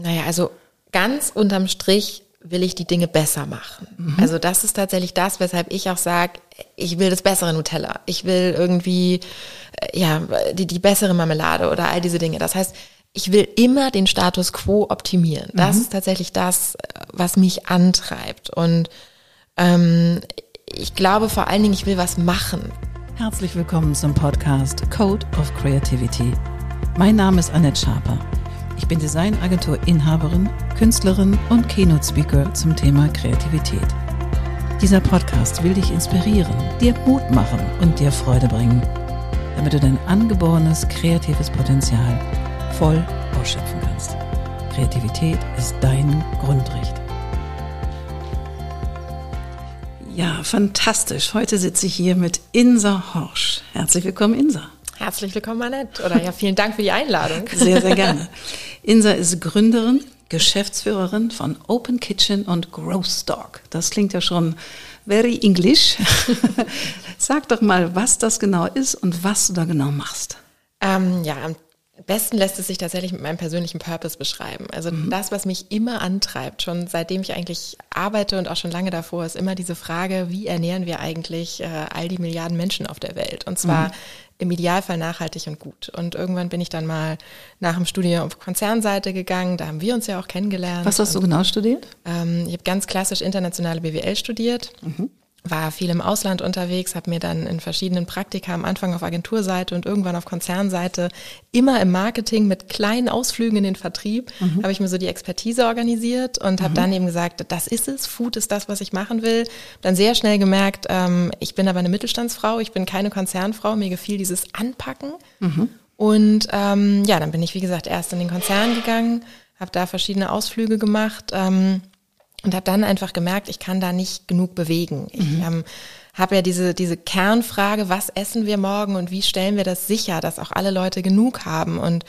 Naja, also ganz unterm Strich will ich die Dinge besser machen. Also das ist tatsächlich das, weshalb ich auch sage, ich will das bessere Nutella. Ich will irgendwie die bessere Marmelade oder all diese Dinge. Das heißt, ich will immer den Status quo optimieren. Das ist tatsächlich das, was mich antreibt. Und ich glaube vor allen Dingen, ich will was machen. Herzlich willkommen zum Podcast Code of Creativity. Mein Name ist Annette Schaper. Ich bin Designagentur-Inhaberin, Künstlerin und Keynote-Speaker zum Thema Kreativität. Dieser Podcast will dich inspirieren, dir Mut machen und dir Freude bringen, damit du dein angeborenes kreatives Potenzial voll ausschöpfen kannst. Kreativität ist dein Grundrecht. Ja, fantastisch. Heute sitze ich hier mit Insa Horsch. Herzlich willkommen, Insa. Herzlich willkommen, Annette. Oder ja, vielen Dank für die Einladung. Sehr, sehr gerne. Insa ist Gründerin, Geschäftsführerin von Open Kitchen und Growstock. Das klingt ja schon very English. Sag doch mal, was das genau ist und was du da genau machst. Am besten lässt es sich tatsächlich mit meinem persönlichen Purpose beschreiben. Also das, was mich immer antreibt, schon seitdem ich eigentlich arbeite und auch schon lange davor, ist immer diese Frage, wie ernähren wir eigentlich all die Milliarden Menschen auf der Welt? Und zwar im Idealfall nachhaltig und gut. Und irgendwann bin ich dann mal nach dem Studium auf Konzernseite gegangen. Da haben wir uns ja auch kennengelernt. Was hast du genau studiert? Ich habe ganz klassisch internationale BWL studiert. War viel im Ausland unterwegs, habe mir dann in verschiedenen Praktika am Anfang auf Agenturseite und irgendwann auf Konzernseite immer im Marketing mit kleinen Ausflügen in den Vertrieb, habe ich mir so die Expertise organisiert und habe dann eben gesagt, das ist es, Food ist das, was ich machen will. Dann sehr schnell gemerkt, ich bin aber eine Mittelstandsfrau, ich bin keine Konzernfrau, mir gefiel dieses Anpacken. Und dann bin ich, wie gesagt, erst in den Konzern gegangen, habe da verschiedene Ausflüge gemacht, und habe dann einfach gemerkt, ich kann da nicht genug bewegen. Ich habe ja diese Kernfrage, was essen wir morgen und wie stellen wir das sicher, dass auch alle Leute genug haben und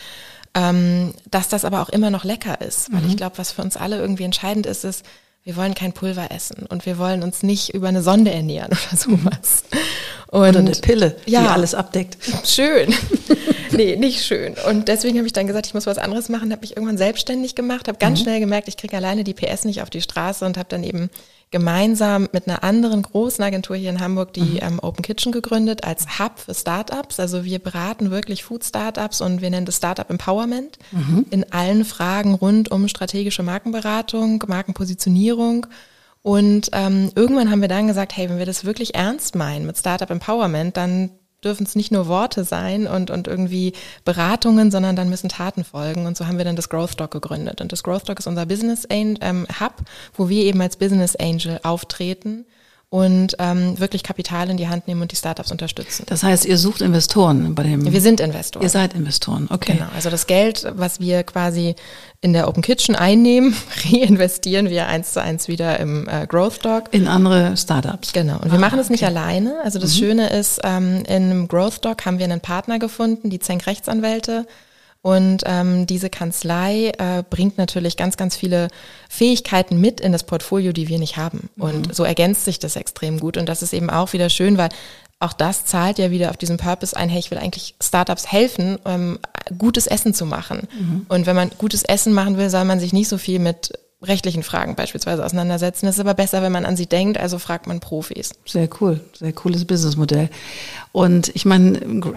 dass das aber auch immer noch lecker ist. Weil ich glaube, was für uns alle irgendwie entscheidend ist, wir wollen kein Pulver essen und wir wollen uns nicht über eine Sonde ernähren oder sowas. Oder eine Pille, die alles abdeckt. Schön. Nee, nicht schön. Und deswegen habe ich dann gesagt, ich muss was anderes machen, habe mich irgendwann selbstständig gemacht, habe ganz schnell gemerkt, ich kriege alleine die PS nicht auf die Straße und habe dann eben gemeinsam mit einer anderen großen Agentur hier in Hamburg die Open Kitchen gegründet als Hub für Startups. Also wir beraten wirklich Food-Startups und wir nennen das Startup Empowerment in allen Fragen rund um strategische Markenberatung, Markenpositionierung. Und irgendwann haben wir dann gesagt, hey, wenn wir das wirklich ernst meinen mit Startup Empowerment, dann dürfen es nicht nur Worte sein und irgendwie Beratungen, sondern dann müssen Taten folgen. Und so haben wir dann das Growstock gegründet. Und das Growstock ist unser Business Hub, wo wir eben als Business Angel auftreten und wirklich Kapital in die Hand nehmen und die Startups unterstützen. Das heißt, ihr sucht Investoren bei dem... Wir sind Investoren. Ihr seid Investoren, okay. Genau, also das Geld, was wir quasi in der Open Kitchen einnehmen, reinvestieren wir 1:1 wieder im Growstock. In andere Startups. Genau, und wir machen es nicht alleine. Also das Schöne ist, in einem Growstock haben wir einen Partner gefunden, die Zenk Rechtsanwälte. Und diese Kanzlei bringt natürlich ganz, ganz viele Fähigkeiten mit in das Portfolio, die wir nicht haben. Und so ergänzt sich das extrem gut. Und das ist eben auch wieder schön, weil auch das zahlt ja wieder auf diesen Purpose ein, hey, ich will eigentlich Startups helfen, gutes Essen zu machen. Und wenn man gutes Essen machen will, soll man sich nicht so viel mit rechtlichen Fragen beispielsweise auseinandersetzen. Es ist aber besser, wenn man an sie denkt, also fragt man Profis. Sehr cool, sehr cooles Businessmodell. Und ich meine,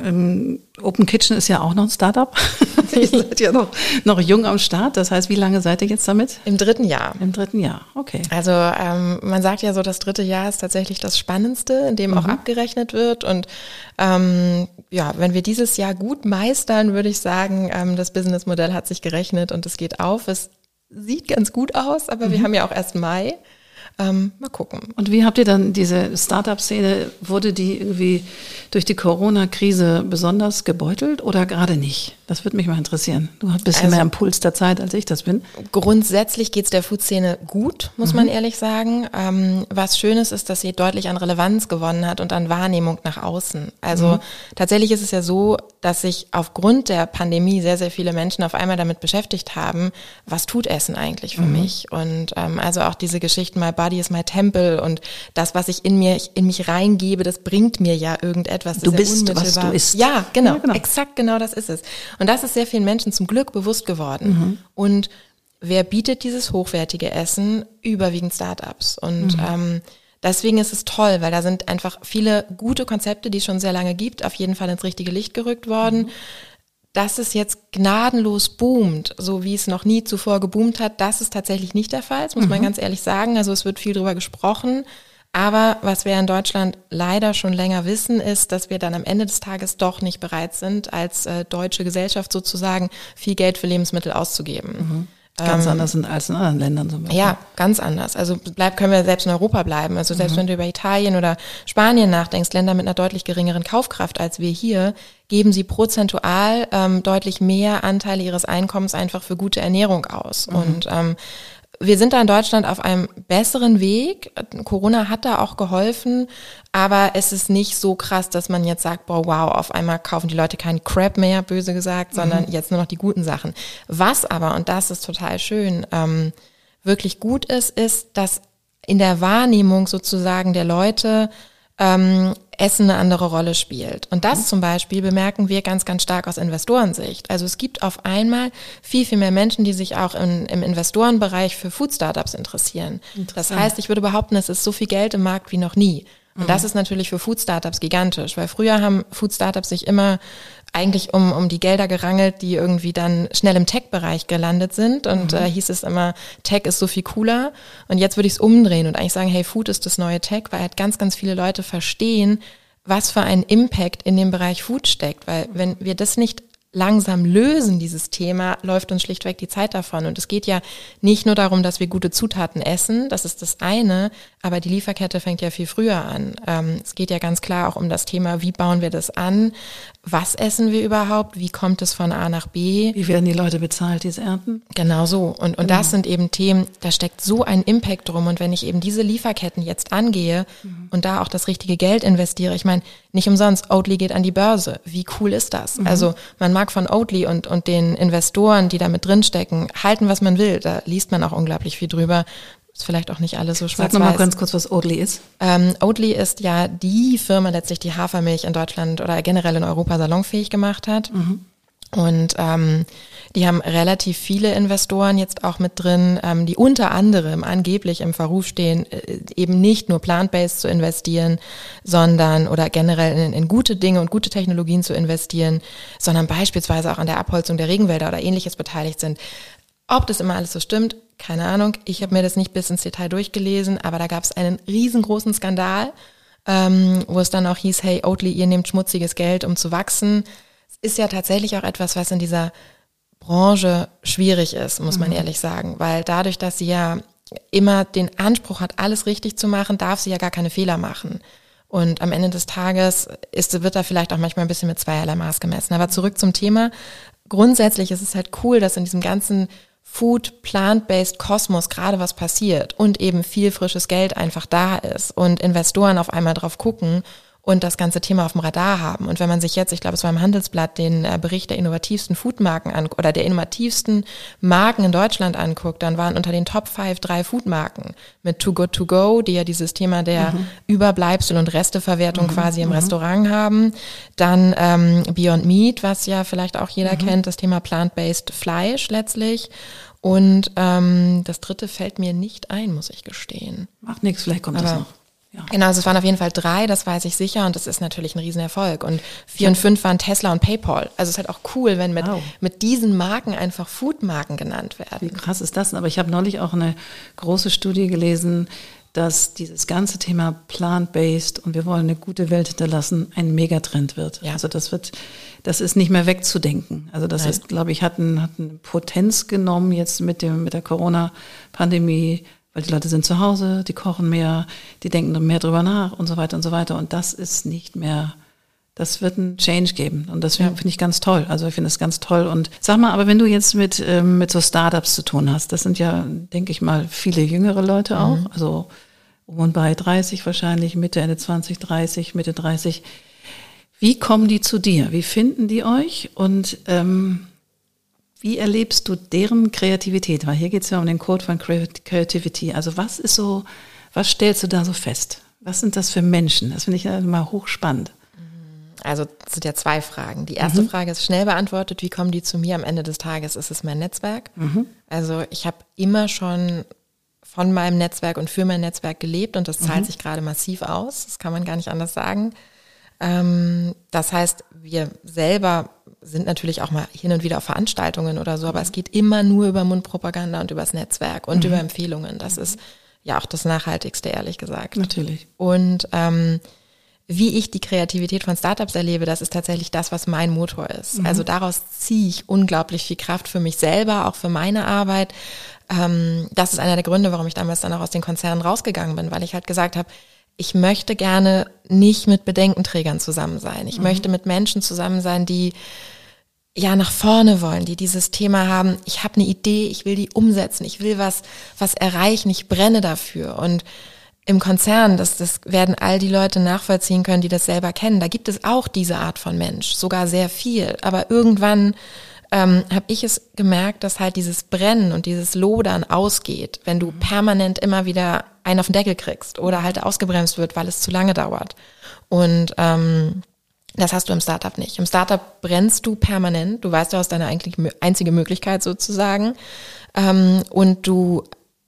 Open Kitchen ist ja auch noch ein Startup. Ihr seid ja noch jung am Start. Das heißt, wie lange seid ihr jetzt damit? Im 3. Jahr. Im 3. Jahr, okay. Also man sagt ja so, das 3. Jahr ist tatsächlich das Spannendste, in dem auch abgerechnet wird. Und wenn wir dieses Jahr gut meistern, würde ich sagen, das Businessmodell hat sich gerechnet und es geht auf. Es sieht ganz gut aus, aber wir haben ja auch erst Mai. Mal gucken. Und wie habt ihr dann diese Startup-Szene, wurde die irgendwie durch die Corona-Krise besonders gebeutelt oder gerade nicht? Das würde mich mal interessieren. Du hast ein bisschen mehr am Puls der Zeit, als ich das bin. Grundsätzlich geht's der Food-Szene gut, muss man ehrlich sagen. Was Schönes ist, dass sie deutlich an Relevanz gewonnen hat und an Wahrnehmung nach außen. Also tatsächlich ist es ja so, dass sich aufgrund der Pandemie sehr, sehr viele Menschen auf einmal damit beschäftigt haben, was tut Essen eigentlich für mich? Und also auch diese Geschichten, my body is my temple und das, was ich in mich reingebe, das bringt mir ja irgendetwas. Du bist, was du isst. Ja, genau, exakt genau das ist es. Und das ist sehr vielen Menschen zum Glück bewusst geworden. Und wer bietet dieses hochwertige Essen? Überwiegend Startups. Und deswegen ist es toll, weil da sind einfach viele gute Konzepte, die es schon sehr lange gibt, auf jeden Fall ins richtige Licht gerückt worden. Dass es jetzt gnadenlos boomt, so wie es noch nie zuvor geboomt hat, das ist tatsächlich nicht der Fall, das muss man ganz ehrlich sagen. Also es wird viel drüber gesprochen, aber was wir in Deutschland leider schon länger wissen, ist, dass wir dann am Ende des Tages doch nicht bereit sind, als deutsche Gesellschaft sozusagen viel Geld für Lebensmittel auszugeben. Ganz anders sind als in anderen Ländern zum Beispiel. Ja, ganz anders. Also können wir selbst in Europa bleiben. Also selbst wenn du über Italien oder Spanien nachdenkst, Länder mit einer deutlich geringeren Kaufkraft als wir hier, geben sie prozentual deutlich mehr Anteile ihres Einkommens einfach für gute Ernährung aus. Und wir sind da in Deutschland auf einem besseren Weg. Corona hat da auch geholfen, aber es ist nicht so krass, dass man jetzt sagt, boah, wow, auf einmal kaufen die Leute keinen Crap mehr, böse gesagt, sondern jetzt nur noch die guten Sachen. Was aber, und das ist total schön, wirklich gut ist, dass in der Wahrnehmung sozusagen der Leute Essen eine andere Rolle spielt. Und das zum Beispiel bemerken wir ganz, ganz stark aus Investorensicht. Also es gibt auf einmal viel, viel mehr Menschen, die sich auch im Investorenbereich für Food-Startups interessieren. Das heißt, ich würde behaupten, es ist so viel Geld im Markt wie noch nie. Und das ist natürlich für Food-Startups gigantisch, weil früher haben Food-Startups sich immer eigentlich um die Gelder gerangelt, die irgendwie dann schnell im Tech-Bereich gelandet sind. Und hieß es immer, Tech ist so viel cooler. Und jetzt würde ich es umdrehen und eigentlich sagen, hey, Food ist das neue Tech, weil halt ganz, ganz viele Leute verstehen, was für ein Impact in dem Bereich Food steckt. Weil wenn wir das nicht langsam lösen, dieses Thema, läuft uns schlichtweg die Zeit davon. Und es geht ja nicht nur darum, dass wir gute Zutaten essen, das ist das eine, aber die Lieferkette fängt ja viel früher an. Es geht ja ganz klar auch um das Thema, wie bauen wir das an, was essen wir überhaupt, wie kommt es von A nach B. Wie werden die Leute bezahlt, die es ernten? Genau so. Und das sind eben Themen, da steckt so ein Impact drum. Und wenn ich eben diese Lieferketten jetzt angehe und da auch das richtige Geld investiere, ich meine, nicht umsonst, Oatly geht an die Börse. Wie cool ist das? Also man mag von Oatly und den Investoren, die da mit drinstecken, halten, was man will. Da liest man auch unglaublich viel drüber. Ist vielleicht auch nicht alles so schwarz-weiß. Sag nochmal ganz kurz, was Oatly ist. Oatly ist ja die Firma letztlich, die Hafermilch in Deutschland oder generell in Europa salonfähig gemacht hat. Und die haben relativ viele Investoren jetzt auch mit drin, die unter anderem angeblich im Verruf stehen, eben nicht nur plant-based zu investieren, sondern oder generell in gute Dinge und gute Technologien zu investieren, sondern beispielsweise auch an der Abholzung der Regenwälder oder Ähnliches beteiligt sind. Ob das immer alles so stimmt, keine Ahnung. Ich habe mir das nicht bis ins Detail durchgelesen, aber da gab es einen riesengroßen Skandal, wo es dann auch hieß, hey Oatly, ihr nehmt schmutziges Geld, um zu wachsen. Es ist ja tatsächlich auch etwas, was in dieser Branche schwierig ist, muss man ehrlich sagen, weil dadurch, dass sie ja immer den Anspruch hat, alles richtig zu machen, darf sie ja gar keine Fehler machen. Und am Ende des Tages wird da vielleicht auch manchmal ein bisschen mit zweierlei Maß gemessen. Aber zurück zum Thema. Grundsätzlich ist es halt cool, dass in diesem ganzen Food, Plant-Based Kosmos gerade was passiert und eben viel frisches Geld einfach da ist und Investoren auf einmal drauf gucken und das ganze Thema auf dem Radar haben. Und wenn man sich jetzt, ich glaube, es war im Handelsblatt, den Bericht der innovativsten Foodmarken oder der innovativsten Marken in Deutschland anguckt, dann waren unter den Top 5 3 Foodmarken mit Too Good To Go, die ja dieses Thema der Überbleibsel- und Resteverwertung quasi im Restaurant haben. Dann Beyond Meat, was ja vielleicht auch jeder kennt, das Thema Plant-Based Fleisch letztlich. Und das dritte fällt mir nicht ein, muss ich gestehen. Macht nichts, vielleicht kommt das noch. Ja. Genau, also es waren auf jeden Fall 3, das weiß ich sicher, und das ist natürlich ein Riesenerfolg. Und 4 und 5 waren Tesla und PayPal. Also es ist halt auch cool, wenn mit diesen Marken einfach Food-Marken genannt werden. Wie krass ist das? Aber ich habe neulich auch eine große Studie gelesen, dass dieses ganze Thema Plant-Based und wir wollen eine gute Welt hinterlassen, ein Megatrend wird. Ja. Also das ist nicht mehr wegzudenken. Also das ist, glaube ich, hat eine Potenz genommen jetzt mit der Corona-Pandemie, weil die Leute sind zu Hause, die kochen mehr, die denken mehr drüber nach und so weiter und so weiter. Und das ist nicht mehr, das wird einen Change geben. Und das finde ich ganz toll. Also ich finde es ganz toll. Und sag mal, aber wenn du jetzt mit so Startups zu tun hast, das sind ja, denke ich mal, viele jüngere Leute auch. Also um und bei 30 wahrscheinlich, Mitte, Ende 20, 30, Mitte 30. Wie kommen die zu dir? Wie finden die euch? Und wie erlebst du deren Kreativität? Weil hier geht es ja um den Code von Creativity. Also was stellst du da so fest? Was sind das für Menschen? Das finde ich mal hochspannend. Also das sind ja 2 Fragen. Die erste Frage ist schnell beantwortet. Wie kommen die zu mir? Am Ende des Tages ist es mein Netzwerk. Also ich habe immer schon von meinem Netzwerk und für mein Netzwerk gelebt und das zahlt sich gerade massiv aus. Das kann man gar nicht anders sagen. Das heißt, wir selber sind natürlich auch mal hin und wieder auf Veranstaltungen oder so, aber es geht immer nur über Mundpropaganda und übers Netzwerk und über Empfehlungen. Das ist ja auch das Nachhaltigste, ehrlich gesagt. Natürlich. Und wie ich die Kreativität von Startups erlebe, das ist tatsächlich das, was mein Motor ist. Also daraus ziehe ich unglaublich viel Kraft für mich selber, auch für meine Arbeit. Das ist einer der Gründe, warum ich damals dann auch aus den Konzernen rausgegangen bin, weil ich halt gesagt habe, ich möchte gerne nicht mit Bedenkenträgern zusammen sein. Ich möchte mit Menschen zusammen sein, die ja nach vorne wollen, die dieses Thema haben, ich habe eine Idee, ich will die umsetzen, ich will was erreichen, ich brenne dafür. Und im Konzern, das werden all die Leute nachvollziehen können, die das selber kennen, da gibt es auch diese Art von Mensch, sogar sehr viel. Aber irgendwann habe ich es gemerkt, dass halt dieses Brennen und dieses Lodern ausgeht, wenn du permanent immer wieder einen auf den Deckel kriegst oder halt ausgebremst wird, weil es zu lange dauert. Und das hast du im Startup nicht. Im Startup brennst du permanent, du weißt, du hast deine eigentlich einzige Möglichkeit sozusagen und du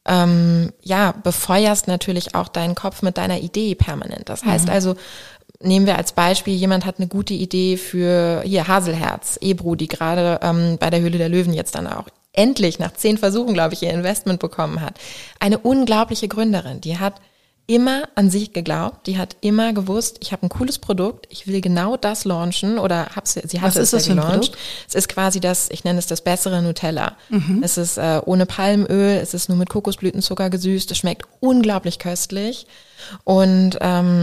befeuerst natürlich auch deinen Kopf mit deiner Idee permanent. Das heißt also, nehmen wir als Beispiel, jemand hat eine gute Idee für hier Haselherz, Ebru, die gerade bei der Höhle der Löwen jetzt dann auch endlich nach 10 Versuchen, glaube ich, ihr Investment bekommen hat. Eine unglaubliche Gründerin, die hat immer an sich geglaubt, die hat immer gewusst, ich habe ein cooles Produkt, ich will genau das launchen oder sie hatte es ja gelauncht. Es ist quasi ich nenne es das bessere Nutella. Es ist ohne Palmöl, es ist nur mit Kokosblütenzucker gesüßt, es schmeckt unglaublich köstlich und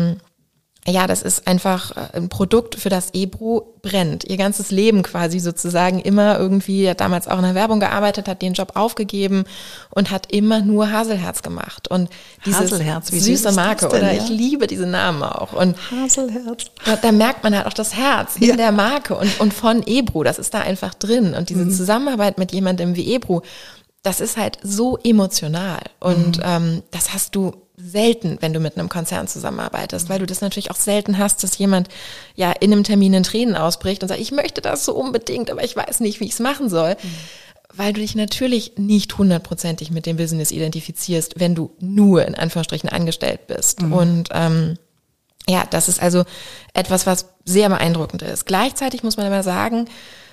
das ist einfach ein Produkt, für das Ebru brennt. Ihr ganzes Leben quasi sozusagen immer irgendwie, hat damals auch in der Werbung gearbeitet, hat den Job aufgegeben und hat immer nur Haselherz gemacht. Und diese Haselherz, wie süße Marke, denn, oder? Ja? Ich liebe diese Namen auch. Und Haselherz. da merkt man halt auch das Herz in der Marke und von Ebru, das ist da einfach drin. Und diese Zusammenarbeit mit jemandem wie Ebru, das ist halt so emotional. Und das hast du selten, wenn du mit einem Konzern zusammenarbeitest, weil du das natürlich auch selten hast, dass jemand ja in einem Termin in Tränen ausbricht und sagt, ich möchte das so unbedingt, aber ich weiß nicht, wie ich es machen soll. Weil du dich natürlich nicht 100%ig mit dem Business identifizierst, wenn du nur in Anführungsstrichen angestellt bist. Und das ist also etwas, was sehr beeindruckend ist. Gleichzeitig muss man aber sagen,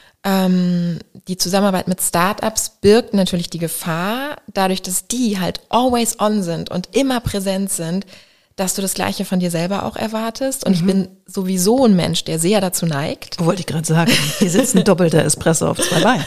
die Zusammenarbeit mit Startups birgt natürlich die Gefahr, dadurch, dass die halt always on sind und immer präsent sind, dass du das Gleiche von dir selber auch erwartest. Und ich bin sowieso ein Mensch, der sehr dazu neigt. Wollte ich gerade sagen, hier sitzt ein doppelter Espresso auf 2 Beinen.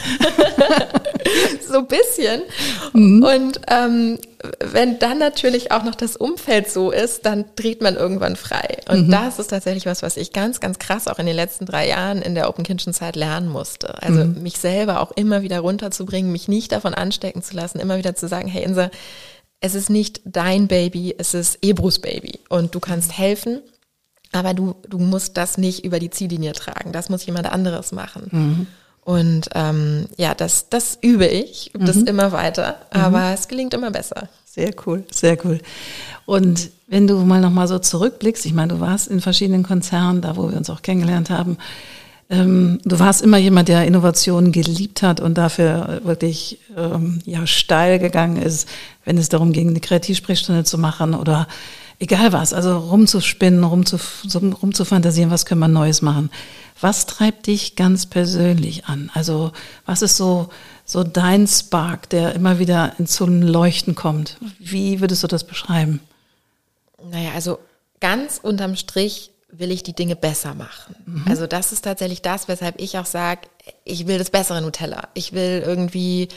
So ein bisschen. Und wenn dann natürlich auch noch das Umfeld so ist, dann dreht man irgendwann frei. Und das ist tatsächlich was ich ganz, ganz krass auch in den letzten 3 Jahren in der Open Kitchen Zeit lernen musste. Also mich selber auch immer wieder runterzubringen, mich nicht davon anstecken zu lassen, immer wieder zu sagen, hey Insa, es ist nicht dein Baby, es ist Ebrus Baby. Und du kannst helfen, aber du musst das nicht über die Ziellinie tragen. Das muss jemand anderes machen. Und das übe ich, das immer weiter, aber es gelingt immer besser. Sehr cool, sehr cool. Und wenn du mal nochmal so zurückblickst, ich meine, du warst in verschiedenen Konzernen, da wo wir uns auch kennengelernt haben, du warst immer jemand, der Innovationen geliebt hat und dafür wirklich steil gegangen ist, wenn es darum ging, eine Kreativsprechstunde zu machen oder egal was, also rumzuspinnen, rumzufantasieren, was können wir Neues machen. Was treibt dich ganz persönlich an? Also was ist so dein Spark, der immer wieder ins Leuchten kommt? Wie würdest du das beschreiben? Naja, also ganz unterm Strich will ich die Dinge besser machen. Also das ist tatsächlich das, weshalb ich auch sage, ich will das bessere Nutella. Ich will irgendwie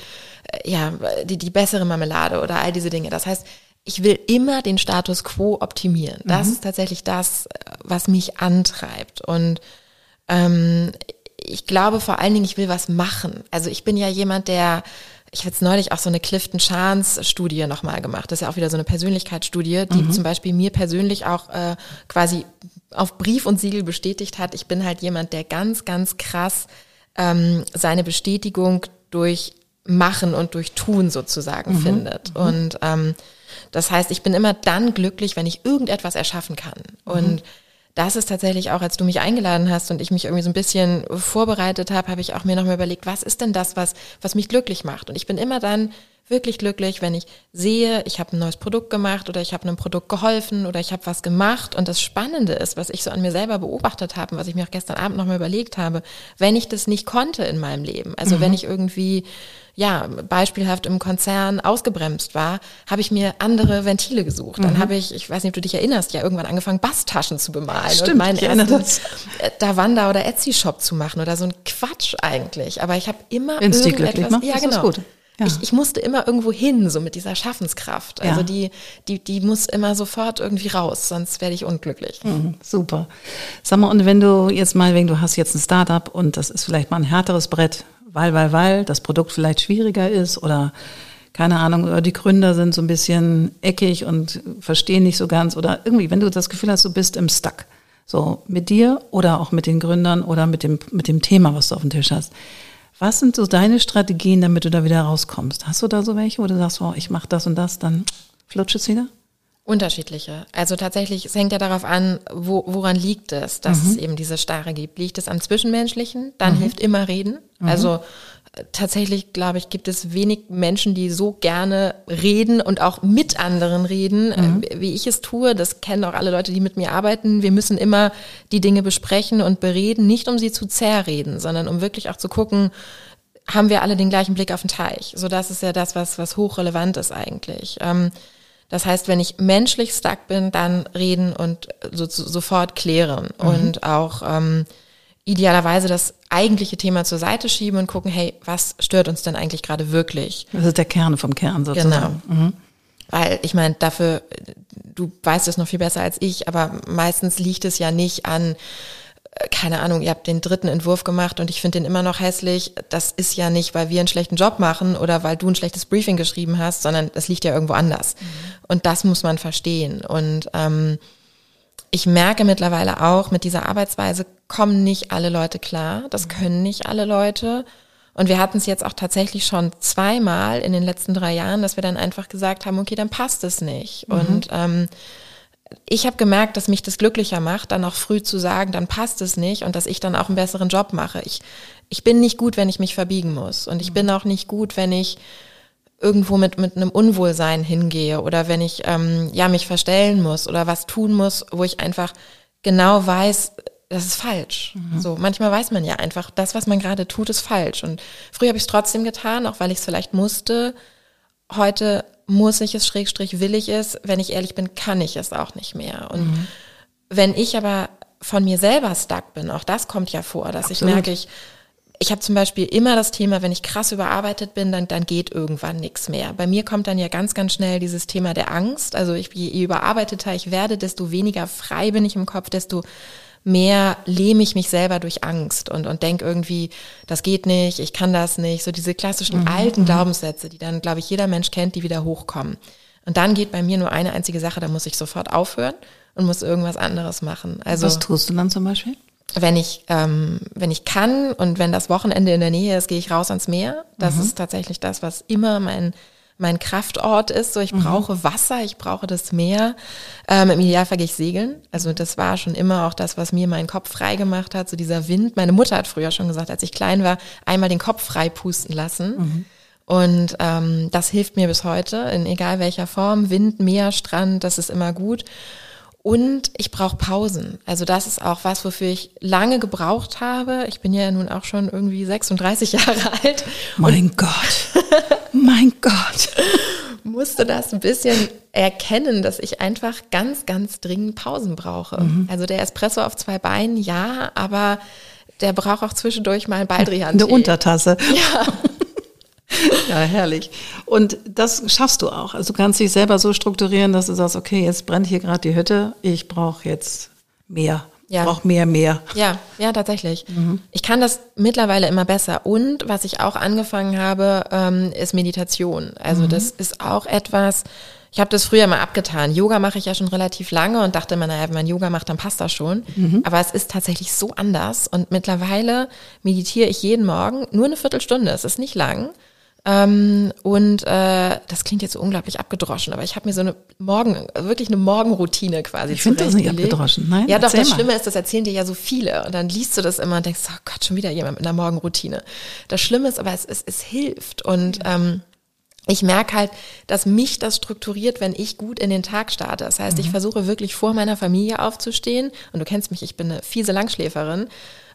die bessere Marmelade oder all diese Dinge. Das heißt, ich will immer den Status quo optimieren. Das ist tatsächlich das, was mich antreibt. Und ich glaube vor allen Dingen, ich will was machen. Also ich bin ja jemand, ich habe jetzt neulich auch so eine Clifton-Chance-Studie nochmal gemacht. Das ist ja auch wieder so eine Persönlichkeitsstudie, die zum Beispiel mir persönlich auch quasi auf Brief und Siegel bestätigt hat. Ich bin halt jemand, der ganz, ganz krass seine Bestätigung durch Machen und durch Tun sozusagen findet. Und das heißt, ich bin immer dann glücklich, wenn ich irgendetwas erschaffen kann. Und das ist tatsächlich auch, als du mich eingeladen hast und ich mich irgendwie so ein bisschen vorbereitet habe ich auch mir nochmal überlegt, was ist denn das, was mich glücklich macht? Und ich bin immer dann wirklich glücklich, wenn ich sehe, ich habe ein neues Produkt gemacht oder ich habe einem Produkt geholfen oder ich habe was gemacht. Und das Spannende ist, was ich so an mir selber beobachtet habe und was ich mir auch gestern Abend nochmal überlegt habe, wenn ich das nicht konnte in meinem Leben, also wenn ich irgendwie beispielhaft im Konzern ausgebremst war, habe ich mir andere Ventile gesucht. Dann habe ich weiß nicht, ob du dich erinnerst, ja irgendwann angefangen, Basstaschen zu bemalen. Stimmt, und meinen ersten Davanda oder Etsy-Shop zu machen oder so ein Quatsch eigentlich. Aber ich habe immer Wenn's dich glücklich macht, ja, genau. Ist gut. Ja. Ich musste immer irgendwo hin, so mit dieser Schaffenskraft. Also die muss immer sofort irgendwie raus, sonst werde ich unglücklich. Super. Sag mal, und wenn du jetzt mal, du hast jetzt ein Startup und das ist vielleicht mal ein härteres Brett, weil das Produkt vielleicht schwieriger ist oder keine Ahnung, oder die Gründer sind so ein bisschen eckig und verstehen nicht so ganz oder irgendwie, wenn du das Gefühl hast, du bist im Stuck, so mit dir oder auch mit den Gründern oder mit dem Thema, was du auf dem Tisch hast. Was sind so deine Strategien, damit du da wieder rauskommst? Hast du da so welche, wo du sagst, oh, ich mache das und das, dann flutscht es wieder? Unterschiedliche. Also tatsächlich, es hängt ja darauf an, woran liegt es, dass es eben diese Starre gibt. Liegt es am Zwischenmenschlichen? Dann hilft immer reden. Also tatsächlich, glaube ich, gibt es wenig Menschen, die so gerne reden und auch mit anderen reden, wie ich es tue. Das kennen auch alle Leute, die mit mir arbeiten. Wir müssen immer die Dinge besprechen und bereden, nicht um sie zu zerreden, sondern um wirklich auch zu gucken, haben wir alle den gleichen Blick auf den Teich. So, das ist ja das, was hochrelevant ist eigentlich. Das heißt, wenn ich menschlich stuck bin, dann reden und sofort klären und auch idealerweise das eigentliche Thema zur Seite schieben und gucken, hey, was stört uns denn eigentlich gerade wirklich? Das ist der Kern vom Kern sozusagen. Genau. Weil ich meine, dafür, du weißt es noch viel besser als ich, aber meistens liegt es ja nicht an, keine Ahnung, ihr habt den 3. Entwurf gemacht und ich finde den immer noch hässlich. Das ist ja nicht, weil wir einen schlechten Job machen oder weil du ein schlechtes Briefing geschrieben hast, sondern das liegt ja irgendwo anders. Und das muss man verstehen. Und ich merke mittlerweile auch, mit dieser Arbeitsweise kommen nicht alle Leute klar. Das können nicht alle Leute. Und wir hatten es jetzt auch tatsächlich schon 2-mal in den letzten 3 Jahren, dass wir dann einfach gesagt haben, okay, dann passt es nicht. Und ich habe gemerkt, dass mich das glücklicher macht, dann auch früh zu sagen, dann passt es nicht und dass ich dann auch einen besseren Job mache. Ich bin nicht gut, wenn ich mich verbiegen muss. Und ich bin auch nicht gut, wenn ich irgendwo mit einem Unwohlsein hingehe oder wenn ich mich verstellen muss oder was tun muss, wo ich einfach genau weiß, das ist falsch. So, manchmal weiß man ja einfach, das, was man gerade tut, ist falsch. Und früher habe ich es trotzdem getan, auch weil ich es vielleicht musste. Heute muss ich es, will ich es. Wenn ich ehrlich bin, kann ich es auch nicht mehr. Und wenn ich aber von mir selber stuck bin, auch das kommt ja vor, dass ich merke, ich habe zum Beispiel immer das Thema, wenn ich krass überarbeitet bin, dann geht irgendwann nichts mehr. Bei mir kommt dann ja ganz, ganz schnell dieses Thema der Angst. Also je überarbeiteter ich werde, desto weniger frei bin ich im Kopf, desto mehr lähme ich mich selber durch Angst und denke irgendwie, das geht nicht, ich kann das nicht. So diese klassischen alten Glaubenssätze, die dann, glaube ich, jeder Mensch kennt, die wieder hochkommen. Und dann geht bei mir nur eine einzige Sache, da muss ich sofort aufhören und muss irgendwas anderes machen. Also was tust du dann zum Beispiel? Wenn ich kann und wenn das Wochenende in der Nähe ist, gehe ich raus ans Meer. Das ist tatsächlich das, was immer mein Kraftort ist. So, ich brauche Wasser, ich brauche das Meer. Im Idealfall gehe ich segeln. Also das war schon immer auch das, was mir meinen Kopf frei gemacht hat. So dieser Wind. Meine Mutter hat früher schon gesagt, als ich klein war, einmal den Kopf frei pusten lassen. Und das hilft mir bis heute, in egal welcher Form. Wind, Meer, Strand, das ist immer gut. Und ich brauche Pausen. Also das ist auch was, wofür ich lange gebraucht habe. Ich bin ja nun auch schon irgendwie 36 Jahre alt. Mein Gott. Musste das ein bisschen erkennen, dass ich einfach ganz, ganz dringend Pausen brauche. Also der Espresso auf 2 Beinen, ja, aber der braucht auch zwischendurch mal einen Baldrian-Tee. Eine Untertasse. Ja. Ja, herrlich. Und das schaffst du auch. Also du kannst dich selber so strukturieren, dass du sagst, okay, jetzt brennt hier gerade die Hütte, ich brauche jetzt mehr. Ja. Brauche mehr. Ja, tatsächlich. Ich kann das mittlerweile immer besser. Und was ich auch angefangen habe, ist Meditation. Also das ist auch etwas, ich habe das früher mal abgetan. Yoga mache ich ja schon relativ lange und dachte immer, naja, wenn man Yoga macht, dann passt das schon. Aber es ist tatsächlich so anders. Und mittlerweile meditiere ich jeden Morgen nur eine Viertelstunde. Es ist nicht lang. Und das klingt jetzt so unglaublich abgedroschen, aber ich habe mir so wirklich eine Morgenroutine quasi Ich finde das nicht abgedroschen, nein? Ja doch, das Schlimme ist, das erzählen dir ja so viele und dann liest du das immer und denkst, oh Gott, schon wieder jemand mit einer Morgenroutine. Das Schlimme ist aber, es hilft und ich merke halt, dass mich das strukturiert, wenn ich gut in den Tag starte. Das heißt, ich versuche wirklich vor meiner Familie aufzustehen und du kennst mich, ich bin eine fiese Langschläferin.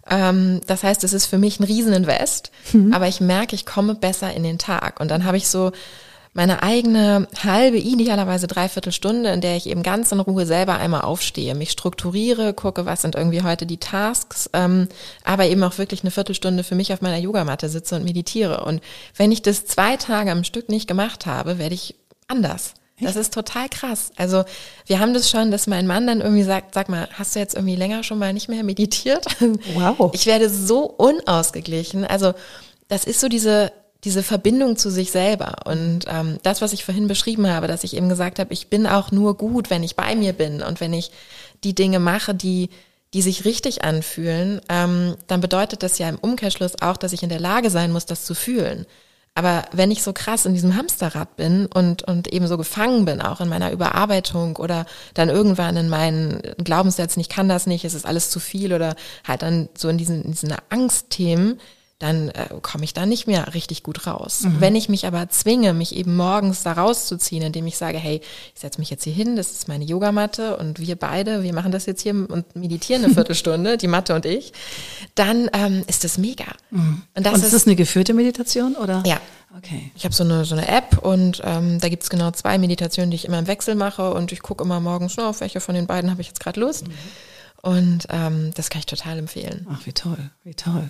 Das heißt, es ist für mich ein Rieseninvest, aber ich merke, ich komme besser in den Tag. Und dann habe ich so meine eigene halbe, idealerweise 3/4 Stunde, in der ich eben ganz in Ruhe selber einmal aufstehe, mich strukturiere, gucke, was sind irgendwie heute die Tasks, aber eben auch wirklich eine Viertelstunde für mich auf meiner Yogamatte sitze und meditiere. Und wenn ich das 2 Tage am Stück nicht gemacht habe, werde ich anders. Das ist total krass. Also wir haben das schon, dass mein Mann dann irgendwie sagt, sag mal, hast du jetzt irgendwie länger schon mal nicht mehr meditiert? Wow. Ich werde so unausgeglichen. Also das ist so diese Verbindung zu sich selber. Und das, was ich vorhin beschrieben habe, dass ich eben gesagt habe, ich bin auch nur gut, wenn ich bei mir bin und wenn ich die Dinge mache, die sich richtig anfühlen, dann bedeutet das ja im Umkehrschluss auch, dass ich in der Lage sein muss, das zu fühlen. Aber wenn ich so krass in diesem Hamsterrad bin und eben so gefangen bin, auch in meiner Überarbeitung oder dann irgendwann in meinen Glaubenssätzen, ich kann das nicht, es ist alles zu viel oder halt dann so in diesen Angstthemen, dann komme ich da nicht mehr richtig gut raus. Wenn ich mich aber zwinge, mich eben morgens da rauszuziehen, indem ich sage, hey, ich setze mich jetzt hier hin, das ist meine Yogamatte und wir machen das jetzt hier und meditieren eine Viertelstunde, die Matte und ich, dann ist das mega. Und ist das eine geführte Meditation, oder? Ja. Okay. Ich habe so eine App und da gibt's genau 2 Meditationen, die ich immer im Wechsel mache und ich gucke immer morgens, auf welche von den beiden habe ich jetzt gerade Lust. Und das kann ich total empfehlen. Ach, wie toll, wie toll.